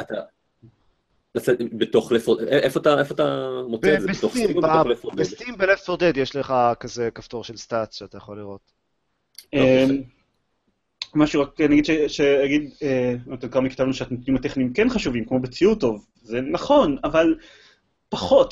בתוך Left פור Dead, איפה אתה מוצא את זה? בתוך סטים או בתוך Left פור Dead? בסטים ב-Left פור Dead יש לך כזה כפתור של סטאצ שאתה יכול לראות. משהו רק נגיד שאגיד, אתם כמה כתבנו שהנתונים הטכניים כן חשובים, כמו בציור טוב, זה נכון, אבל פחות.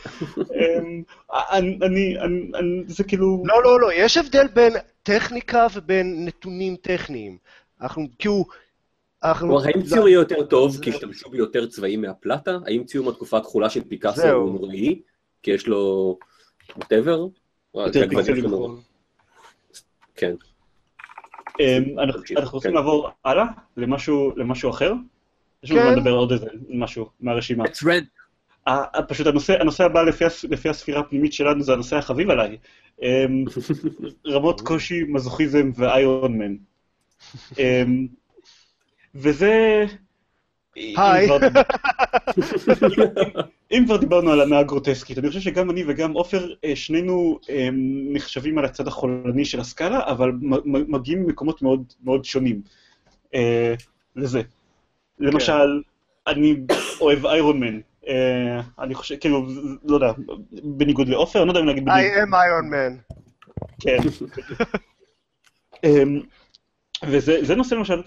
אני, זה כאילו... לא, לא, לא, יש הבדל בין טכניקה ובין נתונים טכניים. אנחנו, כאילו... כלומר, האם ציור יהיה יותר טוב כי השתמשו ביותר צבעים מהפלטה? האם ציור מהתקופה הכחולה של פיקאסו הוא נוראי? כי יש לו... whatever? יותר פיקסלים. כן. אנחנו רוצים לעבור הלאה למשהו אחר? יש לנו לדבר עוד איזה משהו מהרשימה. פשוט הנושא הבא לפי הספירה הפנימית שלנו זה הנושא החביב עליי. רמות קושי, מזוכיזם ואיירון מן. וזה... היי. אם כבר דיברנו על המאה הגרוטסקית, אני חושב שגם אני וגם עופר, שנינו נחשבים על הצד החולני של הסקאלה, אבל מגיעים ממקומות מאוד מאוד שונים לזה. למשל, אני אוהב איירון מן. אני חושב, כאילו, לא יודע, בניגוד לעופר, אני לא יודע אם להגיד בניגוד. I am Iron Man. כן. וזה נושא למשל,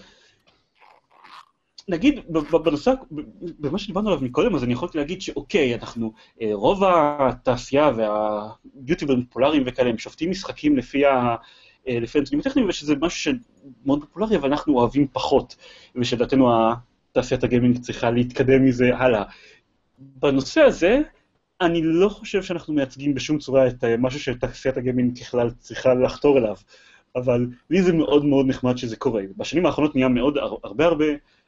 נגיד, בנושא, במה שדיברנו עליו מקודם, אז אני יכולתי להגיד שאוקיי, אנחנו, רוב התעשייה והיוטיוברים פופולריים וכאלה, הם שופטים משחקים לפי הנתונים הטכניים, ושזה משהו שמאוד פופולרי, אבל אנחנו אוהבים פחות, ושדעתנו תעשיית הגיימינג צריכה להתקדם מזה הלאה. בנושא הזה, אני לא חושב שאנחנו מייצגים בשום צורה את משהו שתעשיית הגיימינג ככלל צריכה לחתור אליו, אבל לי זה מאוד מאוד נחמד שזה קורה. בשנים האחרונות נהיה מאוד, הרבה הרבה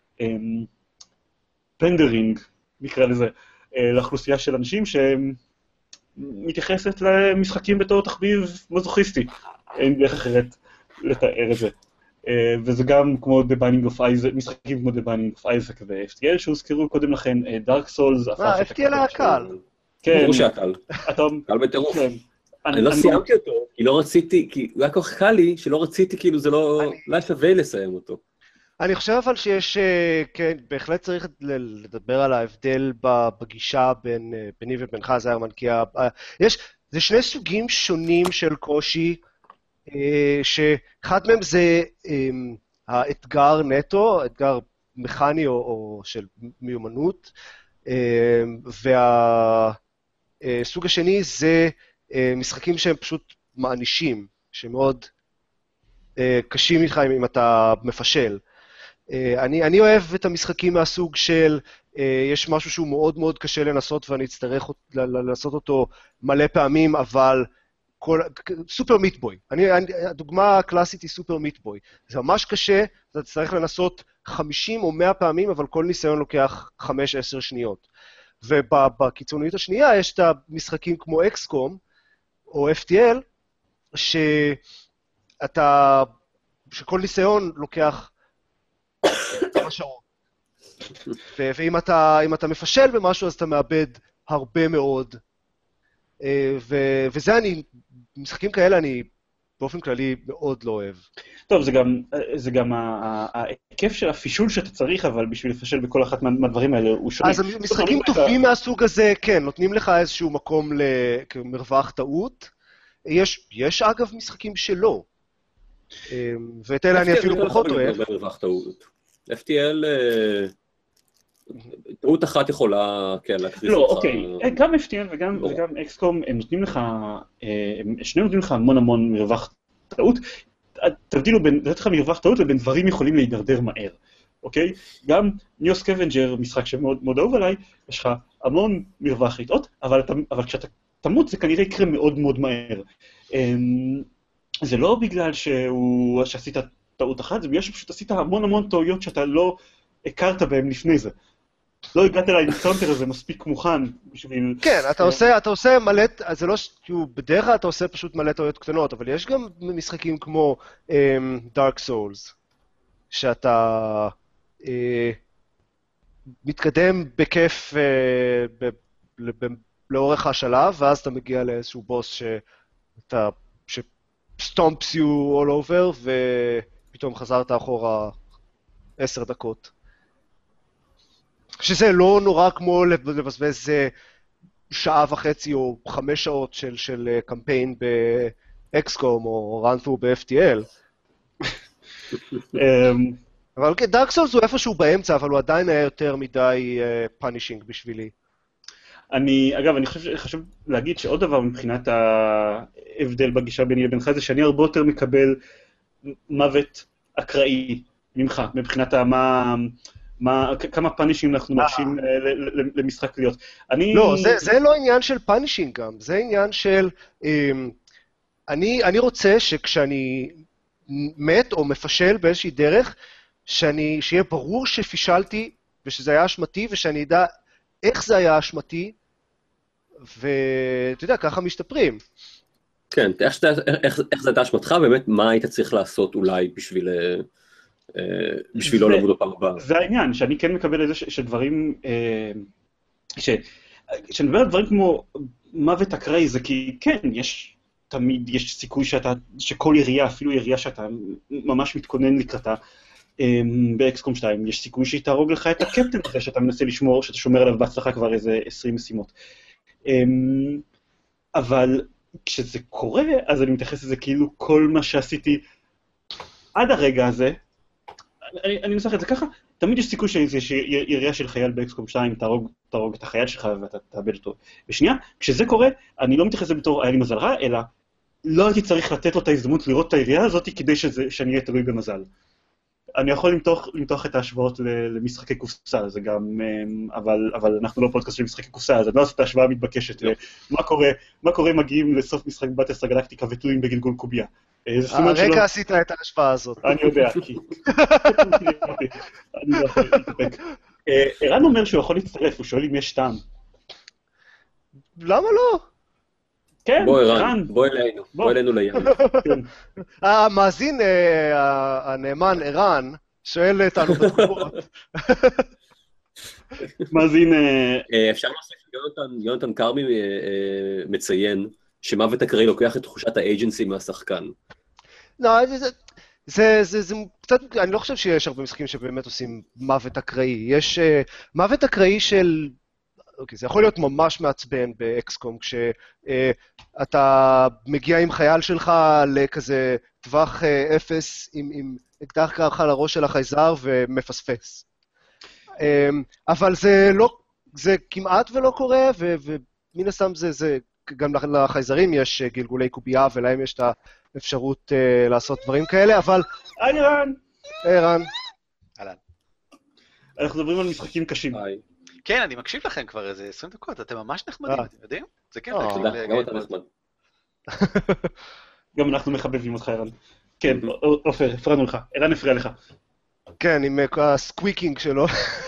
פנדרינג, נקרא לזה, לאוכלוסייה של אנשים שמתייחסת למשחקים בתור תחביב מזוכיסטי. אין דרך אחרת לתאר את זה. וזה גם כמו The Binding of Isaac, משחקים כמו The Binding of Isaac ו-אף טי אל שהוזכרו קודם לכן, Dark Souls. אה, אף טי אל היה קל. כן. ברור שהיה קל. קל בטירוף. אני לא סיימתי אותו, כי לא רציתי, כי הוא היה כל כך קל לי, שלא רציתי, כאילו זה לא היה שווה לסיים אותו. אני חושב אבל שיש, כן, בהחלט צריך לדבר על ההבדל בגישה ביני ובינך, זיירמן, כי יש, זה שני סוגים שונים של קושי, שאחד מהם זה האתגר נטו, האתגר מכני או של מיומנות, והסוג השני זה משחקים שהם פשוט מענישים, שמאוד קשים איתך אם אתה מפשל. אני, אני אוהב את המשחקים מהסוג של, יש משהו שהוא מאוד מאוד קשה לנסות ואני אצטרך לעשות אותו מלא פעמים, אבל כל, סופר מיטבוי. אני, אני, הדוגמה הקלאסית היא סופר מיטבוי. זה ממש קשה, אתה צריך לנסות חמישים או מאה פעמים, אבל כל ניסיון לוקח חמש עשר שניות. ובקיצוניות השנייה יש את המשחקים כמו אקסקום או אף טי אל, שאתה, שכל ניסיון לוקח כמה שעות. ואם אתה, אם אתה מפשל במשהו, אז אתה מאבד הרבה מאוד. ו- וזה אני, משחקים כאלה אני באופן כללי מאוד לא אוהב. טוב, זה גם, זה גם ההיקף של הפישול שאתה צריך, אבל בשביל לפשל בכל אחת מהדברים האלה הוא שונה. אז משחקים טובים מהסוג הזה, כן, נותנים לך איזשהו מקום למרווח טעות. יש, יש אגב משחקים שלא. ואת אלה אני אפילו פחות אוהב. אף טי אל, טעות אחת יכולה, כן, להקריס לא, אותך. אוקיי, גם אף טי אל וגם אקסקום, הם נותנים לך, שניהם נותנים לך המון המון מרווח טעות. תבדילו בין, זה לך מרווח טעות לבין דברים יכולים להידרדר מהר, אוקיי? גם ניו סקוונג'ר, משחק שמאוד אהוב עליי, יש לך המון מרווח לטעות, אבל כשאתה תמות זה כנראה יקרה מאוד מאוד מהר. זה לא בגלל שעשית טעות אחת, זה בגלל שפשוט עשית המון המון טעויות שאתה לא הכרת בהם לפני זה. לא הגעת אליי לקאונטר הזה מספיק מוכן בשביל... כן, אתה עושה, אתה עושה מלא, זה לא, כאילו, בדרך כלל אתה עושה פשוט מלא טעויות קטנות, אבל יש גם משחקים כמו um, Dark Souls, שאתה uh, מתקדם בכיף uh, ב, ב, ב, לאורך השלב, ואז אתה מגיע לאיזשהו בוס שאתה, ש-stomps you all over, ופתאום חזרת אחורה עשר דקות. שזה לא נורא כמו לבזבז שעה וחצי או חמש שעות של, של קמפיין באקסקום או רנפו ב-אף טי אל. אבל דארק סולס הוא איפשהו באמצע, אבל הוא עדיין היה יותר מדי פאנישינג בשבילי. אני, אגב, אני חושב שחשוב להגיד שעוד דבר מבחינת ההבדל בגישה ביני לבינך, זה שאני הרבה יותר מקבל מוות אקראי ממך, מבחינת מה, מה, כמה פאנישים אנחנו מרשים למשחק להיות. אני... לא, זה, זה לא עניין של פאנישינג גם, זה עניין של... אני, אני רוצה שכשאני מת או מפשל באיזושהי דרך, שאני, שיהיה ברור שפישלתי ושזה היה אשמתי, ושאני אדע איך זה היה אשמתי, ואתה יודע, ככה משתפרים. כן, איך, שתה, איך, איך זה הייתה אשמתך, באמת מה היית צריך לעשות אולי בשביל, בשביל לא לעבוד בפעם הבאה? זה העניין, שאני כן מקבל איזה שדברים, ש, שאני מדבר על דברים כמו מוות אקראי, זה כי כן, יש... תמיד יש סיכוי שאתה, שכל ירייה, אפילו ירייה שאתה ממש מתכונן לקראתה, באקסקום שתיים, יש סיכוי שהיא תהרוג לך את הקפטן הזה שאתה מנסה לשמור, שאתה שומר עליו בהצלחה כבר איזה עשרים משימות. אבל כשזה קורה, אז אני מתייחס לזה כאילו כל מה שעשיתי עד הרגע הזה, אני, אני מנסח את זה ככה, תמיד יש סיכוי שירייה של חייל באקסקום שתיים תהרוג, תהרוג את החייל שלך ואתה תאבד אותו. ושנייה, כשזה קורה, אני לא מתייחס לזה בתור היה לי מזל רע, אלא לא הייתי צריך לתת לו את ההזדמנות לראות את הירייה הזאת כדי שזה, שאני אהיה תלוי במזל. אני יכול למתוח, למתוח את ההשוואות למשחקי קופסה, זה גם, אבל, אבל אנחנו לא פודקאסט של משחקי קופסה, אז אני לא עושה את ההשוואה המתבקשת. מה קורה, מה קורה מגיעים לסוף משחק בטלסטאר גלקטיקה ותלויים בגלגול קוביה? הרגע עשית את ההשוואה הזאת. אני יודע, כי... אני לא יכול להתאפק. ערן אומר שהוא יכול להצטרף, הוא שואל אם יש טעם. למה לא? כן, בוא ערן, בוא אלינו, בוא אלינו לים. המאזין הנאמן ערן שואל אותנו בתגובות. מאזין... אפשר להוסיף, יונתן קרמי מציין שמוות אקראי לוקח את תחושת האג'נסי מהשחקן. לא, זה... זה, זה, זה קצת, אני לא חושב שיש הרבה משחקים שבאמת עושים מוות אקראי. יש uh, מוות אקראי של, אוקיי, זה יכול להיות ממש מעצבן באקסקום, כשאתה uh, מגיע עם חייל שלך לכזה טווח uh, אפס, עם, עם אקדח ככה לראש של החייזר ומפספס. Um, אבל זה לא, זה כמעט ולא קורה, ו, ומן הסתם זה, זה, גם לחייזרים יש גלגולי קובייה, ולהם יש את ה... אפשרות uh, לעשות דברים כאלה, אבל... היי ערן! היי ערן. אהלן. אנחנו מדברים על משחקים קשים. כן, אני מקשיב לכם כבר איזה עשרים דקות, אתם ממש נחמדים, אתם יודעים? זה כן, תודה, גם אתה נחמד. גם אנחנו מחבבים אותך, ערן. כן, עופר, הפרענו לך. ערן הפריע לך. כן, עם הסקוויקינג שלו.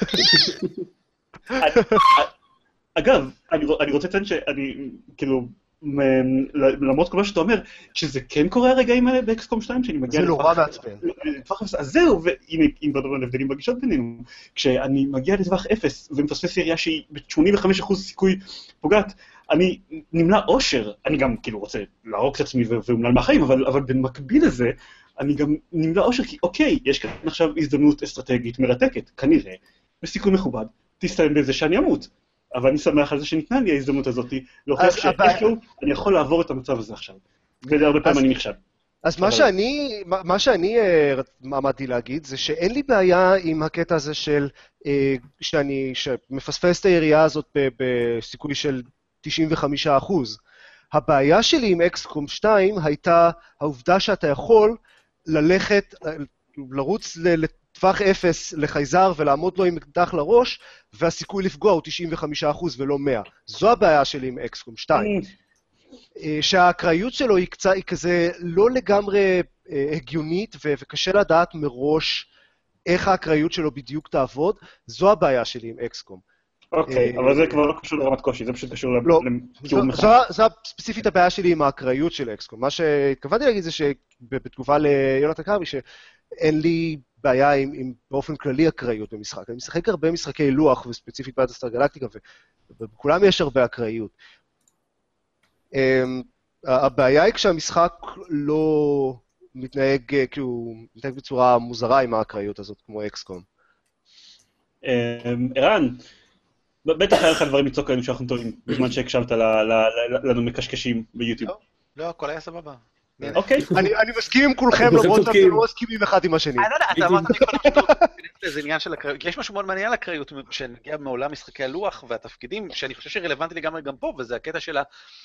אגב, אני רוצה לציין שאני, כאילו... למרות כל מה שאתה אומר, שזה כן קורה הרגעים האלה באקסקום שתיים, שאני מגיע... זה נורא מעצבן. אז זהו, והנה, אם מדברים על הבדלים בגישות בינינו, כשאני מגיע לטווח אפס ומפספס ירייה שהיא ב-שמונים וחמישה אחוז סיכוי פוגעת, אני נמלא אושר, אני גם כאילו רוצה להרוג את עצמי ואומלל מהחיים, אבל במקביל לזה, אני גם נמלא אושר, כי אוקיי, יש כאן עכשיו הזדמנות אסטרטגית מרתקת, כנראה, בסיכוי מכובד, תסתיים בזה שאני אמות. אבל אני שמח על זה שניתנה לי ההזדמנות הזאת, להוכיח שאיכשהו אני יכול לעבור את המצב הזה עכשיו. והרבה פעמים אני נכשל. אז מה שאני, מה שאני עמדתי להגיד, זה שאין לי בעיה עם הקטע הזה של, שאני מפספס את הירייה הזאת בסיכוי של תשעים וחמישה אחוז. הבעיה שלי עם אקסקום שתיים הייתה העובדה שאתה יכול ללכת, לרוץ לטווח אפס לחייזר ולעמוד לו עם אקדח לראש, והסיכוי לפגוע הוא תשעים וחמישה אחוז ולא מאה. זו הבעיה שלי עם אקסקום שתיים. שהאקראיות שלו היא, קצה, היא כזה לא לגמרי הגיונית, וקשה לדעת מראש איך האקראיות שלו בדיוק תעבוד. זו הבעיה שלי עם אקסקום. אוקיי, אבל זה כבר לא קשור לרמת קושי, זה פשוט קשור לכיוון מחר. זו ספציפית הבעיה שלי עם האקראיות של אקסקום. מה שהתכוונתי להגיד זה שבתגובה ליונתן קרמי, שאין לי בעיה עם, עם באופן כללי אקראיות במשחק. אני משחק הרבה משחקי לוח, וספציפית בטלסטאר גלקטיקה, ובכולם יש הרבה אקראיות. Um, הבעיה היא כשהמשחק לא מתנהג, כאילו, מתנהג בצורה מוזרה עם האקראיות הזאת, כמו אקסקום. ערן, בטח היה לך דברים לצעוק עלינו שאנחנו טועים, בזמן שהקשבת לנו מקשקשים ביוטיוב. לא, לא, הכל היה סבבה. אוקיי. אני מסכים עם כולכם, למרות שאתם לא מסכימים אחד עם השני. אני לא יודע, אתה אמרת מקודם שזה עניין של הקריות, יש משהו מאוד מעניין על הקריות שנגיע מעולם משחקי הלוח והתפקידים, שאני חושב שרלוונטי לגמרי גם פה, וזה הקטע של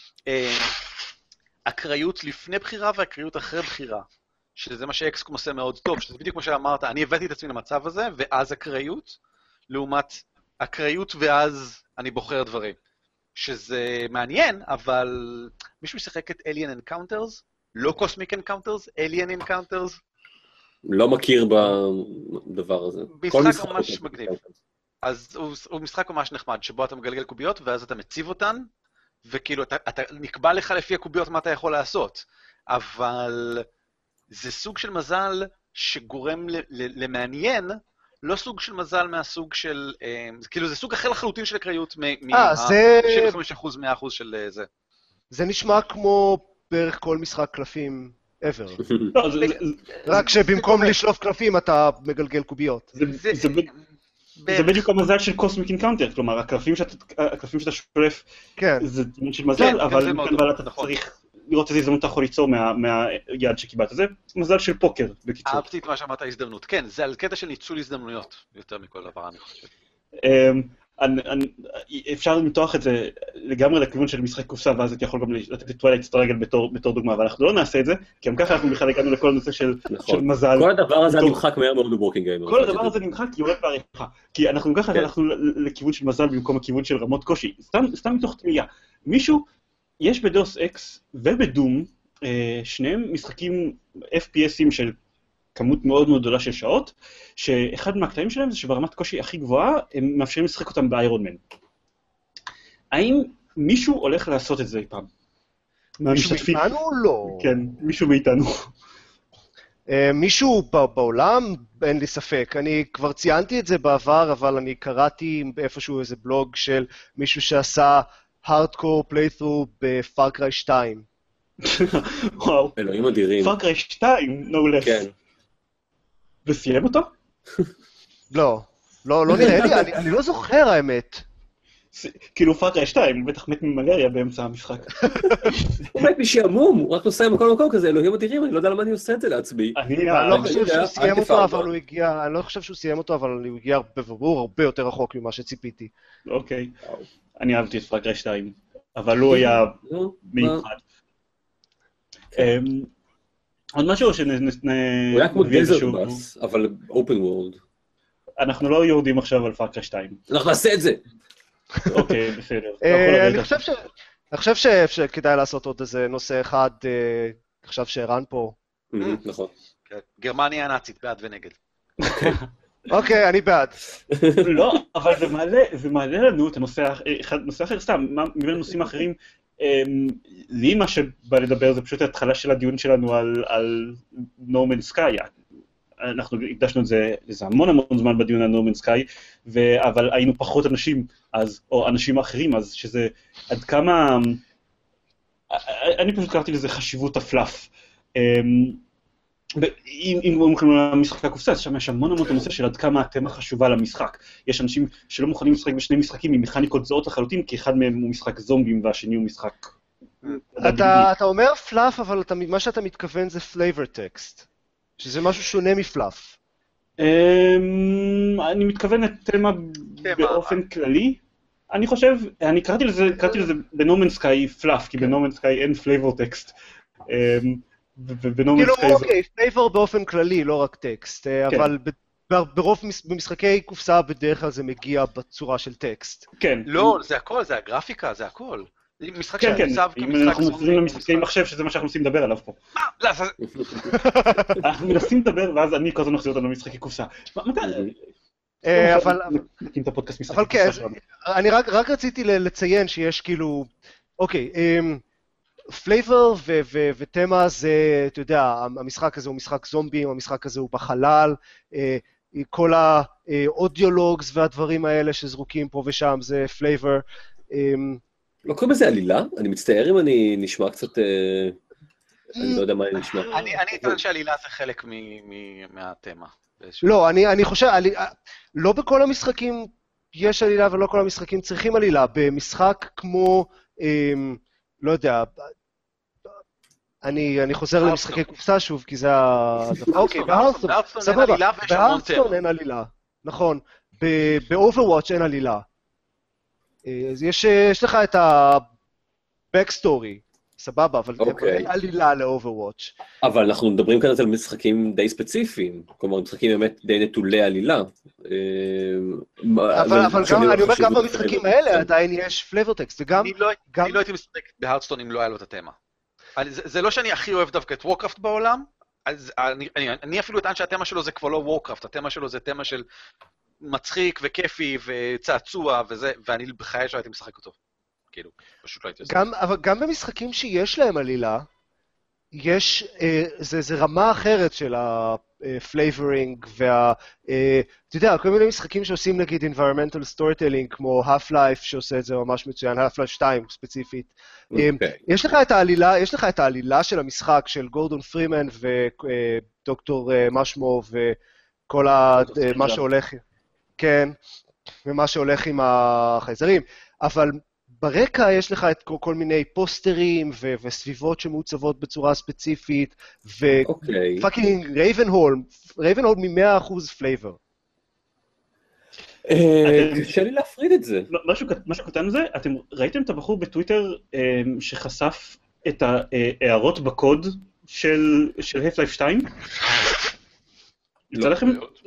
הקריות לפני בחירה והקריות אחרי בחירה, שזה מה שאקסקום עושה מאוד טוב, שזה בדיוק כמו שאמרת, אני הבאתי את עצמי למצב הזה, ואז הקריות, לעומת הקריות ואז אני בוחר דברים. שזה מעניין, אבל מישהו משחק את Alien Encounters? לא Cosmic Encounters? Alien Encounters? לא מכיר בדבר הזה. משחק ממש מגניב. אז הוא, הוא משחק ממש נחמד, שבו אתה מגלגל קוביות, ואז אתה מציב אותן, וכאילו אתה, אתה נקבע לך לפי הקוביות מה אתה יכול לעשות. אבל זה סוג של מזל שגורם ל, ל, למעניין, לא סוג של מזל מהסוג של, אה, כאילו זה סוג אחר לחלוטין של הקריות, מ-תשעים וחמישה אחוז, מאה אחוז של זה. זה נשמע כמו בערך כל משחק קלפים ever. רק שבמקום לשלוף קלפים אתה מגלגל קוביות. זה בדיוק המזל של קוסמיק אינקאונטר, כלומר הקלפים שאתה שולף זה דמות של מזל, אבל אתה צריך לראות איזה הזדמנות אתה יכול ליצור מהיד שקיבלת. זה מזל של פוקר, בקיצור. אהבתי את מה שאמרת הזדמנות. כן, זה על קטע של ניצול הזדמנויות, יותר מכל דבר, אני חושב. אפשר למתוח את זה לגמרי לכיוון של משחק קופסה, ואז אתה יכול גם לתת את טווילייט סטראגל בתור דוגמה, אבל אנחנו לא נעשה את זה, כי גם ככה אנחנו בכלל הגענו לכל הנושא של מזל. כל הדבר הזה נמחק מהר מאוד בוורקינג גיימר. כל הדבר הזה נמחק כי יורד בעריכה, כי אנחנו ככה הלכנו לכיוון של מזל במקום הכיוון של רמות קושי. סתם מתוך תמייה. מישהו, יש בדוס אקס ובדום, שניהם משחקים אף פי אסים של כמות מאוד מאוד גדולה של שעות, שאחד מהקטעים שלהם זה שברמת קושי הכי גבוהה, הם מאפשרים לשחק אותם באיירון מן. האם מישהו הולך לעשות את זה אי פעם? מישהו מאיתנו? לא. כן, מישהו מאיתנו. מישהו בעולם? אין לי ספק. אני כבר ציינתי את זה בעבר, אבל אני קראתי באיפשהו איזה בלוג של מישהו שעשה הארדקור פליית'רו בפאר קריי שתיים. וואו. אלוהים אדירים. פאר קריי שתיים, no less. כן. וסיים אותו? לא, לא, לא נראה לי, אני, אני לא זוכר האמת. כאילו פאר קריי שתיים, בטח מת ממלריה באמצע המשחק. הוא מת משעמום, הוא רק נוסע בכל מקום כזה, אלוהים אדירים, אני לא יודע למה אני עושה את זה לעצמי. אני לא חושב שהוא סיים אותו, אבל הוא הגיע, אני לא חושב שהוא סיים אותו, אבל הוא הגיע בבירור הרבה יותר רחוק ממה שציפיתי. אוקיי, אני אהבתי את פאר קריי שתיים, אבל הוא היה מיוחד. עוד משהו שנ... הוא היה כמו דזרט בס, אבל אופן וורלד. אנחנו לא יורדים עכשיו על פאר קריי שתיים. אנחנו נעשה את זה. אוקיי, בסדר. אני חושב שכדאי לעשות עוד איזה נושא אחד, עכשיו שערן פה. נכון. גרמניה הנאצית, בעד ונגד. אוקיי, אני בעד. לא, אבל זה מעלה לנו את הנושא אחר, סתם, מבין הנושאים האחרים, לי מה שבא לדבר זה פשוט ההתחלה של הדיון שלנו על No Man's Sky. אנחנו הקדשנו את זה, זה המון המון זמן בדיון על No Man's Sky, אבל היינו פחות אנשים אז, או אנשים אחרים אז, שזה עד כמה, אני פשוט קראתי לזה חשיבות הפלאף. אם אומרים למשחק הקופסה, אז שם יש המון המון הנושא של עד כמה התמה חשובה למשחק. יש אנשים שלא מוכנים לשחק בשני משחקים עם מכניקות זהות לחלוטין, כי אחד מהם הוא משחק זומבים והשני הוא משחק... אתה אומר פלאף, אבל מה שאתה מתכוון זה flavor text, שזה משהו שונה מפלאף. אני מתכוון לתמה באופן כללי. אני חושב, אני קראתי לזה ב-No Man's Sky פלאף, כי ב-No Man's Sky אין flavor text. כאילו, אוקיי, פלייבור באופן כללי, לא רק טקסט, אבל ברוב במשחקי קופסה בדרך כלל זה מגיע בצורה של טקסט. כן. לא, זה הכל, זה הגרפיקה, זה הכל. משחק כן, כן, אם אנחנו מוצאים למשחקי מחשב, שזה מה שאנחנו מנסים לדבר עליו פה. מה? לא, זה... אנחנו מנסים לדבר, ואז אני כל הזמן מחזיר אותנו למשחקי קופסה. מתי? אבל... נקים את הפודקאסט משחקי אבל כן, קופסה. אני רק רציתי לציין שיש כאילו... אוקיי, פלייבר ותמה זה, אתה יודע, המשחק הזה הוא משחק זומבים, המשחק הזה הוא בחלל, כל האודיולוגס והדברים האלה שזרוקים פה ושם זה פלייבר. לא קוראים לזה עלילה? אני מצטער אם אני נשמע קצת, אני לא יודע מה אני נשמע. אני אטען שעלילה זה חלק מהתמה. לא, אני חושב, לא בכל המשחקים יש עלילה ולא כל המשחקים צריכים עלילה. במשחק כמו, לא יודע, אני, אני חוזר למשחקי קופסה שוב, כי זה ה... אוקיי, בהרסטון בהרסטון, אין עלילה ויש המון בהרסטון תמה. אין עלילה, נכון. ב-Overwatch אין עלילה. אז יש, יש לך את ה-Backstory, סבבה, אבל אוקיי. אין עלילה ל-Overwatch. אבל אנחנו מדברים כאן על משחקים די ספציפיים, כלומר משחקים באמת די נטולי עלילה. אבל, אבל גם, אני אומר, גם במשחקים האלה עדיין יש פלייבר טקסט, וגם... אני לא, גם... אני לא הייתי משחק בהרדסטון אם לא היה לו את התמה. אני, זה, זה לא שאני הכי אוהב דווקא את וורקראפט בעולם, אז אני, אני, אני אפילו אטען שהתמה שלו זה כבר לא וורקראפט, התמה שלו זה תמה של מצחיק וכיפי וצעצוע וזה, ואני בחיי שלא הייתי משחק אותו. כאילו, פשוט לא הייתי עושה. גם, אבל גם במשחקים שיש להם עלילה, יש, אה, זה, זה רמה אחרת של הפלייברינג וה... אה, אתה יודע, כל מיני משחקים שעושים נגיד environmental storytelling, כמו Half-Life שעושה את זה ממש מצוין, Half-Life שתיים ספציפית. Okay. יש לך את העלילה, יש לך את העלילה של המשחק של גורדון פרימן ודוקטור משמו וכל ה... מה שהולך... כן, ומה שהולך עם החייזרים, אבל... ברקע יש לך את כל מיני פוסטרים ו- וסביבות שמעוצבות בצורה ספציפית, ופאקינג רייבנהולם, רייבנהולם מ-מאה אחוז פלייבר. קשה לי להפריד את זה. משהו קטן לזה, אתם ראיתם את הבחור בטוויטר שחשף את ההערות בקוד של Half-Life שתיים? יצא לכם?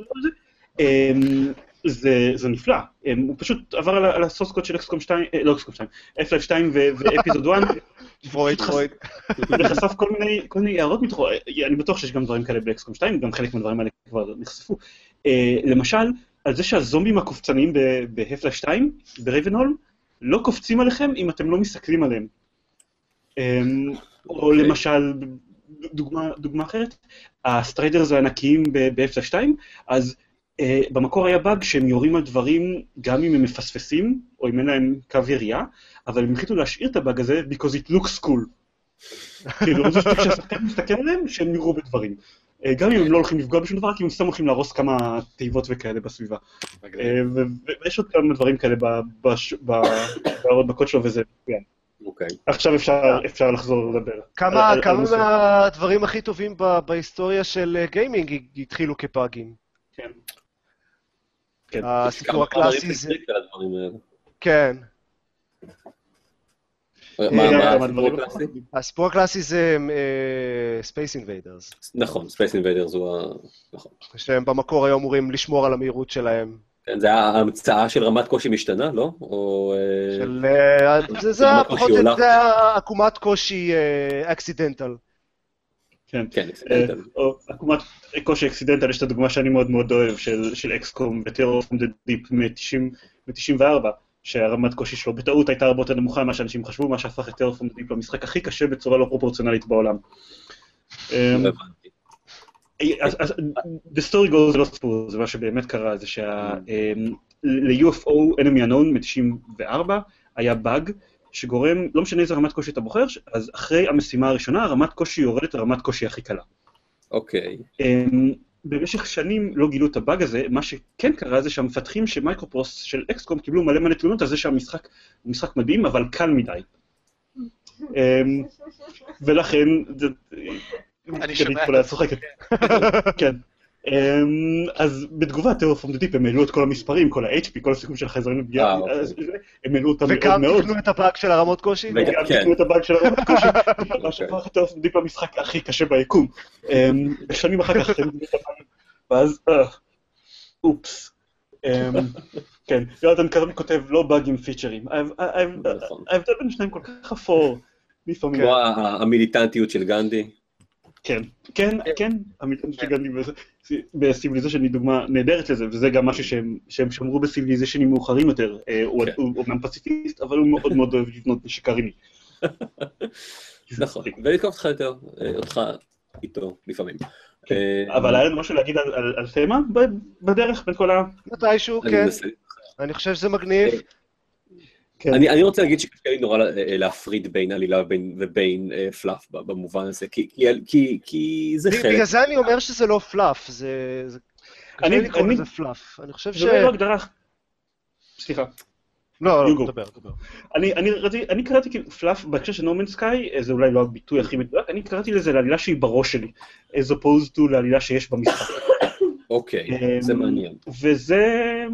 זה, זה נפלא, הוא פשוט עבר על, על הסוס קוד של אקס קום שתיים, לא אקס קום שתיים, Half-Life שתיים ואפיזוד אחת, פרויד, פרויד, וחשף כל מיני, כל מיני הערות מתוכו, אני בטוח שיש גם דברים כאלה ב-אקס קום שתיים, גם חלק מהדברים האלה כבר נחשפו. למשל, על זה שהזומבים הקופצניים ב-Half-Life שתיים, ברייבנהולם, לא קופצים עליכם אם אתם לא מסתכלים עליהם. או למשל, דוגמה, דוגמה אחרת, הסטריידרס הענקיים ב-Half-Life שתיים, אז Uh, במקור היה באג שהם יורים על דברים גם אם הם מפספסים, או אם אין להם קו ירייה, אבל הם החליטו להשאיר את הבאג הזה because it looks cool. כאילו, זה כשהשחקן מסתכל עליהם, שהם יראו בדברים. Uh, גם אם הם לא הולכים לפגוע בשום דבר, כי הם סתם הולכים להרוס כמה תיבות וכאלה בסביבה. Uh, ויש עוד כמה דברים כאלה בהערות בקוד שלו, וזה... אוקיי. עכשיו אפשר לחזור לדבר. כמה מהדברים הכי טובים בהיסטוריה של גיימינג התחילו כבאגים? כן. הסיפור הקלאסי זה... כן. מה הסיפור הקלאסי? הסיפור הקלאסי זה Space Invaders. נכון, Space Invaders הוא ה... נכון. שהם במקור היו אמורים לשמור על המהירות שלהם. כן, זה ההמצאה של רמת קושי משתנה, לא? או... של... זה פחות... זה עקומת קושי אקסידנטל. כן, או עקומת קושי אקסידנטל, יש את הדוגמה שאני מאוד מאוד אוהב של אקסקום ב-Terror from the Deep מ-תשעים וארבע, שהרמת קושי שלו בטעות הייתה הרבה יותר נמוכה ממה שאנשים חשבו, מה שהפך את Terror from the Deep למשחק הכי קשה בצורה לא פרופורציונלית בעולם. The story goes, זה לא סיפור, זה מה שבאמת קרה, זה ל-יו אף או Enemy Unknown מ-תשעים וארבע היה באג, שגורם, לא משנה איזה רמת קושי אתה בוחר, אז אחרי המשימה הראשונה, רמת קושי יורדת לרמת קושי הכי קלה. אוקיי. במשך שנים לא גילו את הבאג הזה, מה שכן קרה זה שהמפתחים של מייקרופרוס של אקסקום קיבלו מלא מלא תלונות על זה שהמשחק הוא משחק מדהים, אבל קל מדי. ולכן, אני שומע את זה. כן. אז בתגובה, Terror from the Deep, הם העלו את כל המספרים, כל ה-אייץ' פי, כל הסיכום של החייזרים לפגיעה, הם העלו אותם מאוד מאוד. וגם תקנו את הבאג של הרמות קושי? וגם תקנו את הבאג של הרמות קושי, מה שהפך את Terror from the Deep המשחק הכי קשה ביקום. בשנים אחר כך, ואז, אופס. כן, יונתן כרמי כותב, לא באגים פיצ'רים. ההבדל בין שניים כל כך אפור, לפעמים. כמו המיליטנטיות של גנדי. כן, כן, כן, המיליטנטיות של גנדי בסיביליזיישן היא דוגמה נהדרת לזה, וזה גם משהו שהם שמרו בסיביליזיישנים מאוחרים יותר. הוא אומנם פציפיסט, אבל הוא מאוד מאוד אוהב לבנות נשק גרעיני. נכון, ולתקוף אותך יותר, אותך איתו לפעמים. אבל היה לנו משהו להגיד על תמה בדרך בין כל ה... מתישהו, כן. אני חושב שזה מגניב. אני רוצה להגיד שקשה לי נורא להפריד בין עלילה ובין פלאף במובן הזה, כי זה חלק. בגלל זה אני אומר שזה לא פלאף, זה... קשה לי לקרוא לזה פלאף. אני חושב ש... זה לא הגדרה... סליחה. לא, יוגו. לא, דבר, דבר. אני, אני, רציתי, אני קראתי כאילו פלאף בהקשר של נומן סקאי, זה אולי לא הביטוי הכי מדויק, אני קראתי לזה לעלילה שהיא בראש שלי, as opposed to לעלילה שיש במשחק. אוקיי, זה מעניין. וזה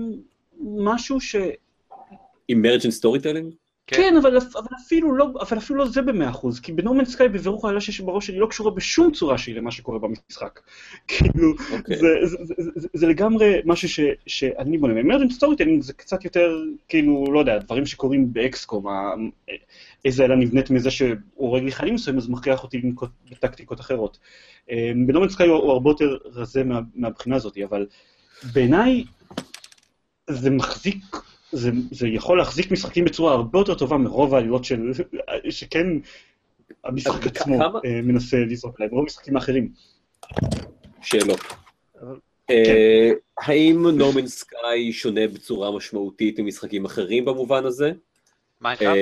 משהו ש... Emergent Storytelling? כן, אבל, אבל, אפילו לא, אבל אפילו לא זה במאה אחוז, כי בנומן סקאי בבירור העלילה שיש בראש שלי לא קשורה בשום צורה שהיא למה שקורה במשחק. כאילו, Okay. זה, זה, זה, זה, זה לגמרי משהו ש, שאני בונה. Emergent Storytelling זה קצת יותר, כאילו, לא יודע, דברים שקורים באקסקום, איזה אלה נבנית מזה שהוא הורג לי חיילים מסוים, אז מכריח אותי לנקוט בטקטיקות אחרות. בנומן סקאי הוא הרבה יותר רזה מה, מהבחינה הזאת, אבל בעיניי זה מחזיק... זה, זה יכול להחזיק משחקים בצורה הרבה יותר טובה מרוב העלילות של, שכן המשחק עצמו כמה... מנסה לזרוק להם, רוב משחקים האחרים. שאלות. כן. האם נומן סקאי שונה בצורה משמעותית ממשחקים אחרים במובן הזה? מיינקראפט?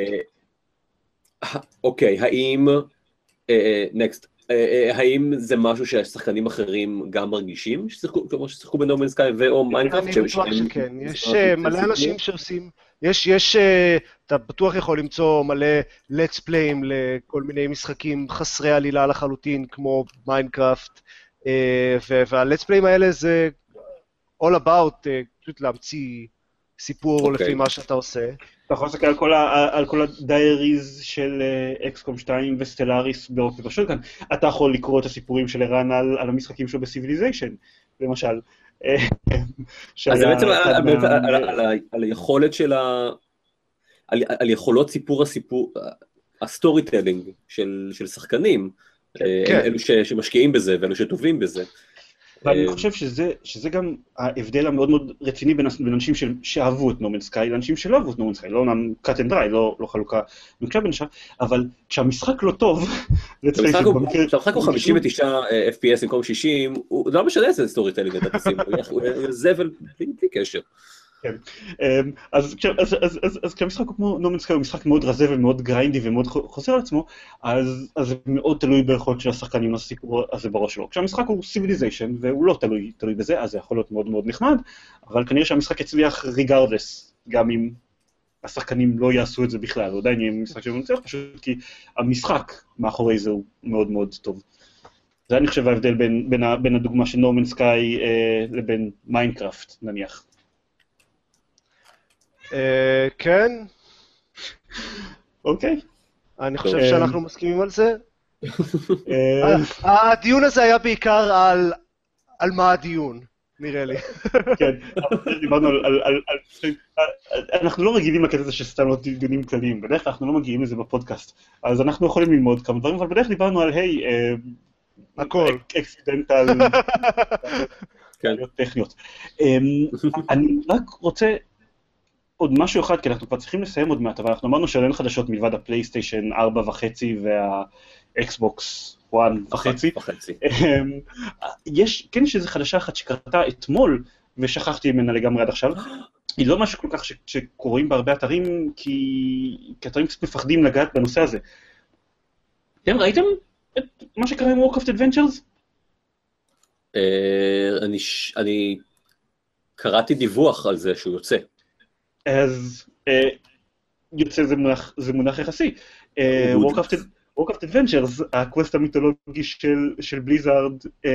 אוקיי, האם... נקסט. האם זה משהו שהשחקנים אחרים גם מרגישים, כמו ששיחקו בנומן סקאי ואו מיינקראפט? אני בטוח שכן, יש מלא אנשים שעושים, יש, יש, אתה בטוח יכול למצוא מלא let's play'ים לכל מיני משחקים חסרי עלילה לחלוטין, כמו מיינקראפט, וה-let's play'ים האלה זה all about, פשוט להמציא סיפור לפי מה שאתה עושה. אתה יכול לסתכל על כל, על כל הדייריז של אקסקום שתיים וסטלאריס באופן פשוט כאן. אתה יכול לקרוא את הסיפורים של ערן על, על המשחקים שלו בסיביליזיישן, למשל. אז זה בעצם על היכולת של ה... על יכולות סיפור הסיפור, הסטורי טלינג של שחקנים, אלו שמשקיעים בזה ואלו שטובים בזה. ואני חושב שזה, שזה גם ההבדל המאוד מאוד רציני בין, בין אנשים שאהבו את נומן סקאי לאנשים שלא אהבו את נומן סקאי, לא אומנם cut and dry, לא, לא חלוקה נוקשה בין השאר, אבל כשהמשחק לא טוב, כשהמשחק הוא חמישים ותשע אף פי אס במקום שישים, הוא לא משנה איזה סטורי טלינג אתה תשים, הוא זבל בלי קשר. כן, אז, אז, אז, אז, אז כשהמשחק הוא כמו נומן סקאי, הוא משחק מאוד רזה ומאוד גריינדי ומאוד חוזר על עצמו, אז, אז זה מאוד תלוי ביכולת של השחקנים לסיפור הזה בראש שלו. כשהמשחק הוא סיביליזיישן, והוא לא תלוי, תלוי בזה, אז זה יכול להיות מאוד מאוד נחמד, אבל כנראה שהמשחק יצליח ריגרדלס, גם אם השחקנים לא יעשו את זה בכלל, הוא עדיין יהיה משחק שהוא מצליח, פשוט כי המשחק מאחורי זה הוא מאוד מאוד טוב. זה אני חושב ההבדל בין, בין, בין הדוגמה של נומן סקאי אה, לבין מיינקראפט, נניח. כן. אוקיי. אני חושב שאנחנו מסכימים על זה. הדיון הזה היה בעיקר על מה הדיון, נראה לי. כן, דיברנו על... אנחנו לא רגילים לקטע הזה שסתם לא דיונים כלליים, בדרך כלל אנחנו לא מגיעים לזה בפודקאסט, אז אנחנו יכולים ללמוד כמה דברים, אבל בדרך דיברנו על, היי, הכל. אקסידנטל, טכניות. אני רק רוצה... עוד משהו אחד, כי אנחנו כבר צריכים לסיים עוד מעט, אבל אנחנו אמרנו שאין חדשות מלבד הפלייסטיישן ארבע וחצי והאקסבוקס אחת וחצי. יש, כן יש איזו חדשה אחת שקרתה אתמול, ושכחתי ממנה לגמרי עד עכשיו. היא לא משהו כל כך שקוראים בהרבה אתרים, כי אתרים קצת מפחדים לגעת בנושא הזה. אתם ראיתם את מה שקרה עם Warcraft Adventures? אני קראתי דיווח על זה שהוא יוצא. אז יוצא זה מונח, זה מונח יחסי. Warcraft Adventures, הקווסט המיתולוגי של, של בליזארד,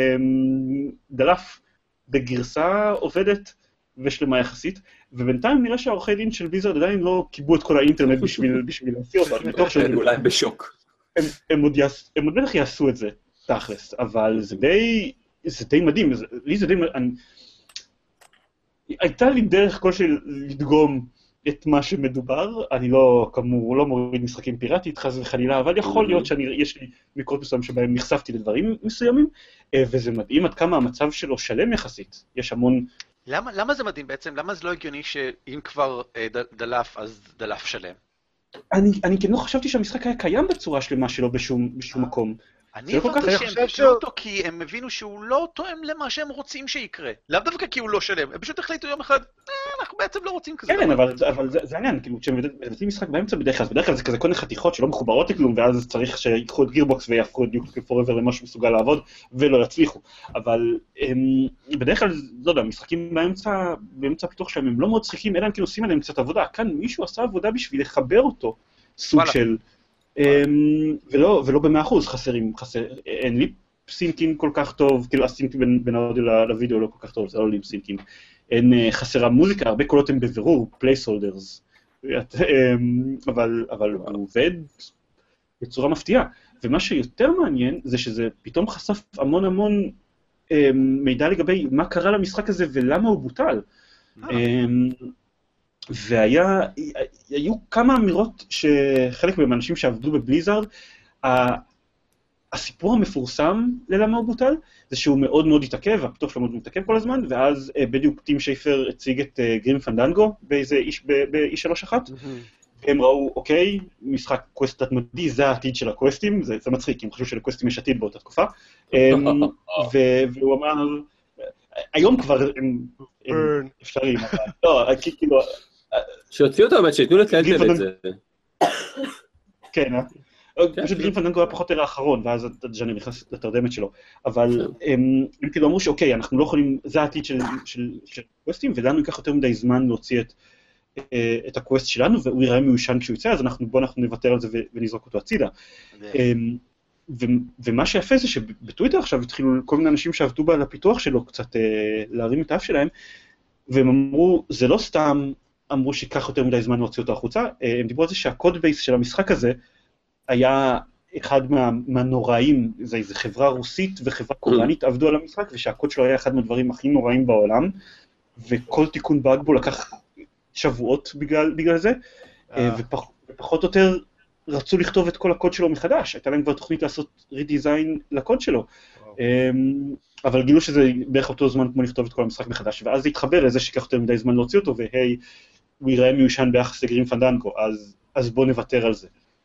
דלף בגרסה עובדת ושלמה יחסית, ובינתיים נראה שהעורכי דין של בליזארד עדיין לא קיבלו את כל האינטרנט בשביל, בשביל להסיר אותו. אולי בשוק. הם, הם, עוד יעש, הם עוד בטח יעשו את זה, תכלס, אבל זה די, זה די מדהים, זה, לי זה די מדהים. הייתה לי דרך כלשהי לדגום את מה שמדובר, אני לא, כאמור, לא מוריד משחקים פיראטית, חס וחלילה, אבל יכול להיות שיש לי מקרות מסוים שבהם נחשפתי לדברים מסוימים, וזה מדהים עד כמה המצב שלו שלם יחסית, יש המון... למה, למה זה מדהים בעצם? למה זה לא הגיוני שאם כבר דלף, אז דלף שלם? אני, אני כן לא חשבתי שהמשחק היה קיים בצורה שלמה שלו בשום, בשום מקום. אני הבנתי שהם ביטלו אותו כי הם הבינו שהוא לא תואם למה שהם רוצים שיקרה. לאו דווקא כי הוא לא שלם, הם פשוט החליטו יום אחד, אנחנו בעצם לא רוצים כזה. כן, אבל זה העניין, כאילו, כשהם מבטלים משחק באמצע בדרך כלל, בדרך כלל זה כזה כל מיני חתיכות שלא מחוברות לכלום, ואז צריך שיקחו את גירבוקס ויהפכו את דיוק פוראבר למשהו מסוגל לעבוד, ולא יצליחו. אבל בדרך כלל, לא יודע, משחקים באמצע, באמצע הפיתוח שלהם הם לא מאוד צחיקים, אלא הם כאילו עושים עליהם קצת עבודה. כאן מישהו עשה עבודה בשביל לחבר אותו, סוג של... ולא, ולא במאה אחוז חסרים, חסר, אין לי סינקין כל כך טוב, כאילו הסינקין בין, בין האודיו לוידאו לא כל כך טוב, זה לא לי סינקין, אין חסרה מוזיקה, הרבה קולות הם בבירור, פלייסהולדרס, אבל, אבל הוא עובד בצורה מפתיעה, ומה שיותר מעניין זה שזה פתאום חשף המון המון מידע לגבי מה קרה למשחק הזה ולמה הוא בוטל. והיה, היו כמה אמירות שחלק מהם אנשים שעבדו בבליזארד, הסיפור המפורסם ללמה הוא בוטל, זה שהוא מאוד מאוד התעכב, הפיתוח שלו מאוד מתעכב כל הזמן, ואז בדיוק טים שייפר הציג את גרים פנדנגו באיזה איש, ב-אי שלוש אחת, הם ראו, אוקיי, משחק קווסט תתמדי, זה העתיד של הקווסטים, זה, זה מצחיק, הם חשבו שלקווסטים יש עתיד באותה תקופה, והוא אמר, היום כבר הם אפשריים, לא, כאילו, שיוציאו אותו באמת, שיתנו לטלטל את זה. כן, פשוט גרים פנדנגו היה פחות אלה האחרון, ואז הג'אנר נכנס לתרדמת שלו, אבל הם כאילו אמרו שאוקיי, אנחנו לא יכולים, זה העתיד של קווסטים, ולנו ייקח יותר מדי זמן להוציא את הקווסט שלנו, והוא יראה מיושן כשהוא יצא, אז בואו אנחנו נוותר על זה ונזרוק אותו הצידה. ומה שיפה זה שבטוויטר עכשיו התחילו כל מיני אנשים שעבדו על הפיתוח שלו קצת להרים את האף שלהם, והם אמרו, זה לא סתם אמרו שיקח יותר מדי זמן להוציא אותו החוצה, הם דיברו על זה שהקוד בייס של המשחק הזה היה אחד מה, מהנוראים, זה איזו חברה רוסית וחברה קוריאנית עבדו על המשחק, ושהקוד שלו היה אחד מהדברים הכי נוראים בעולם, וכל תיקון באג בו לקח שבועות בגלל, בגלל זה, ופח, ופחות או יותר רצו לכתוב את כל הקוד שלו מחדש, הייתה להם כבר תוכנית לעשות רידיזיין לקוד שלו, אבל גילו שזה בערך אותו זמן כמו לכתוב את כל המשחק מחדש, ואז זה התחבר לזה שיקח יותר מדי זמן להוציא אותו, והי, הוא ייראה מיושן ביחס לגרים פנדנגו, אז, אז בוא נוותר על זה.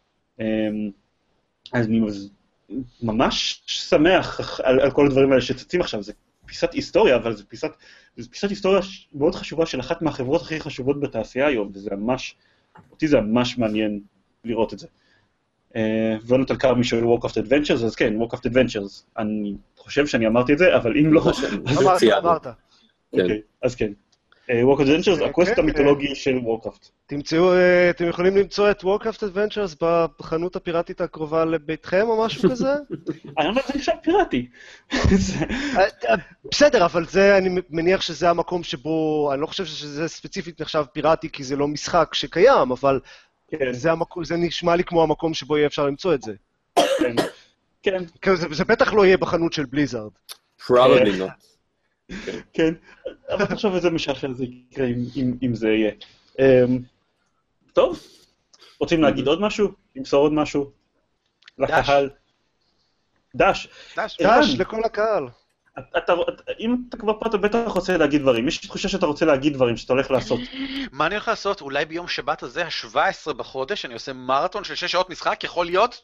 אז אני ממש שמח על, על כל הדברים האלה שצצים עכשיו, זה פיסת היסטוריה, אבל זה פיסת, זה פיסת היסטוריה מאוד חשובה של אחת מהחברות הכי חשובות בתעשייה היום, וזה ממש, אותי זה ממש מעניין לראות את זה. ויונתן כרמי של Warcraft Adventures, אז כן, Warcraft Adventures, אני חושב שאני אמרתי את זה, אבל אם לא... אמרת, אמרת. אוקיי, אז כן. Warcraft Adventures, הקווסט המיתולוגי של Warcraft. תמצאו, אתם יכולים למצוא את Warcraft Adventures בחנות הפיראטית הקרובה לביתכם או משהו כזה? אני אומר, זה נחשב פיראטי. בסדר, אבל זה, אני מניח שזה המקום שבו, אני לא חושב שזה ספציפית נחשב פיראטי, כי זה לא משחק שקיים, אבל זה נשמע לי כמו המקום שבו יהיה אפשר למצוא את זה. כן. זה בטח לא יהיה בחנות של בליזארד. Probably not. כן, אבל תחשוב איזה משחרר זה יקרה אם זה יהיה. טוב, רוצים להגיד עוד משהו? למסור עוד משהו? לקהל? דש. דש לכל הקהל. אם אתה כבר פה אתה בטח רוצה להגיד דברים, יש תחושה שאתה רוצה להגיד דברים שאתה הולך לעשות. מה אני הולך לעשות? אולי ביום שבת הזה, ה-שבע עשרה בחודש, אני עושה מרתון של שש שעות משחק, יכול להיות?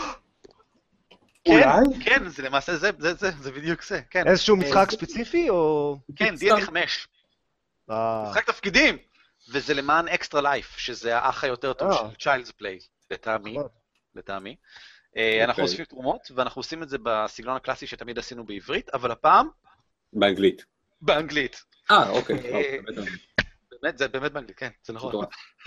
כן, כן, זה למעשה זה, זה, זה, זה בדיוק זה, כן. איזשהו משחק ספציפי או... כן, די אנד די חמש. משחק תפקידים, וזה למען אקסטרה לייף, שזה האח היותר טוב של צ'יילדס פליי, לטעמי, לטעמי. אנחנו אוספים תרומות, ואנחנו עושים את זה בסגנון הקלאסי שתמיד עשינו בעברית, אבל הפעם... באנגלית. באנגלית. אה, אוקיי. באמת, זה באמת באנגלית, כן, זה נכון.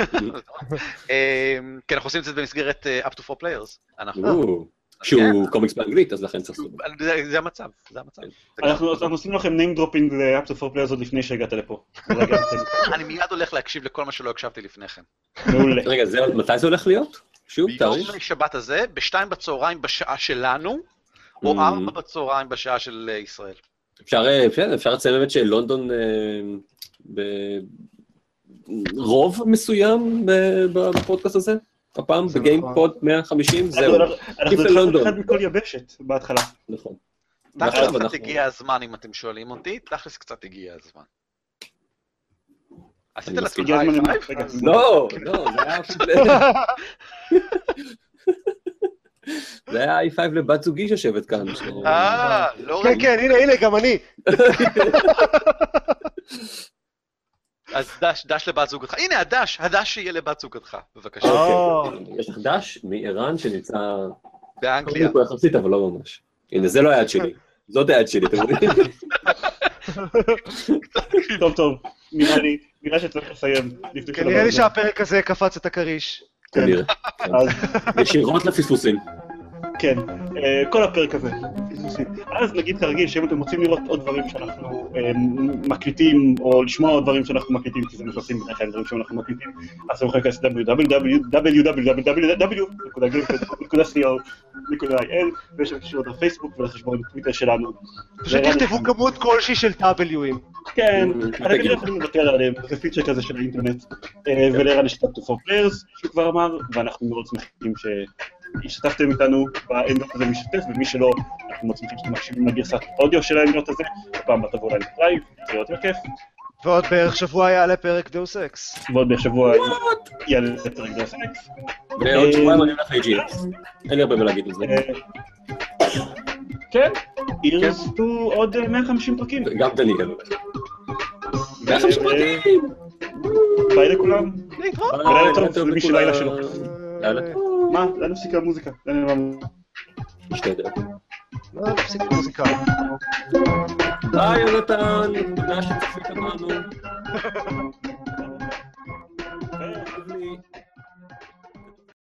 כן, אנחנו עושים את זה במסגרת up to four players. אנחנו... שהוא קומיקס באנגלית, אז לכן צריך... זה המצב, זה המצב. אנחנו עושים לכם name dropping ל-up to four players עוד לפני שהגעת לפה. אני מיד הולך להקשיב לכל מה שלא הקשבתי לפני כן. מעולה. רגע, מתי זה הולך להיות? שוב, תאריך? ביום שבת הזה, בשתיים בצהריים בשעה שלנו, או ארבע בצהריים בשעה של ישראל. אפשר לציין באמת שלונדון ברוב מסוים בפודקאסט הזה? הפעם בגיימפוד מאה וחמישים, זהו. אנחנו התחלנו אחד מכל יבשת בהתחלה. נכון. תכלס קצת הגיע הזמן, אם אתם שואלים אותי, תכלס קצת הגיע הזמן. עשית לעצמך הייפ? לא, לא, זה היה... זה היה איי פייב לבת זוגי שיושבת כאן. אה, לא כן, ראיתי. כן, הנה, הנה, גם אני. אז דש, דש לבת זוגתך. הנה, הדש, הדש שיהיה לבת זוגתך. בבקשה. יש לך דש מערן שנמצא... באנגליה. פה יחסית, אבל לא ממש. הנה, זה לא היד שלי. זאת היד שלי, אתם רואים? טוב, טוב, נראה לי, נראה שצריך לסיים. כן, נראה לי שהפרק הזה קפץ את הכריש. כנראה. אז ישירות לפספוסים. כן, כל הפרק הזה. אז נגיד כרגיל, שאם אתם רוצים לראות עוד דברים שאנחנו מקליטים, או לשמוע עוד דברים שאנחנו מקליטים, כי זה מפרסים בדרך כלל דברים שאנחנו מקליטים, אז אתם יכולים להיכנס דאבליו דאבליו דאבליו דאבליו דאבליו נקודה גיימפד נקודה סי או נקודה איי אל, ויש שם קישורות לפייסבוק ולחשבון הטוויטר שלנו. פשוט תכתבו כמות כלשהי של דאבליואים. כן, אתם כנראה יכולים לוותר עליהם, זה פיצ'ר כזה של האינטרנט, ולערן יש את ה-טו פור פליירס, שהוא כבר אמר, ואנחנו מאוד שמחים שהשתתפתם איתנו באנדות הזה משתתף, ומי שלא, אנחנו מאוד שמחים שאתם מקשיבים לגרסת אודיו של האנדות הזה, הפעם תבואו אליי לייב, זה יהיה יותר כיף. ועוד בערך שבוע יעלה פרק דאוס אקס. ועוד בערך שבוע יעלה פרק דאוס אקס. ועוד שבועיים אני הולך ל-ג'י אקס. אין לי הרבה מה להגיד על זה. כן, ירסטו עוד מאה וחמישים פרקים. גם דניאל. מאה וחמישים פרקים! ביי לכולם. ולילה טוב, למי שלילה שלו. לילה טוב. מה? לאן הפסיקה המוזיקה? משתדל. לא, נפסיק מוזיקה. ביי יונתן, תודה שצפית בנו.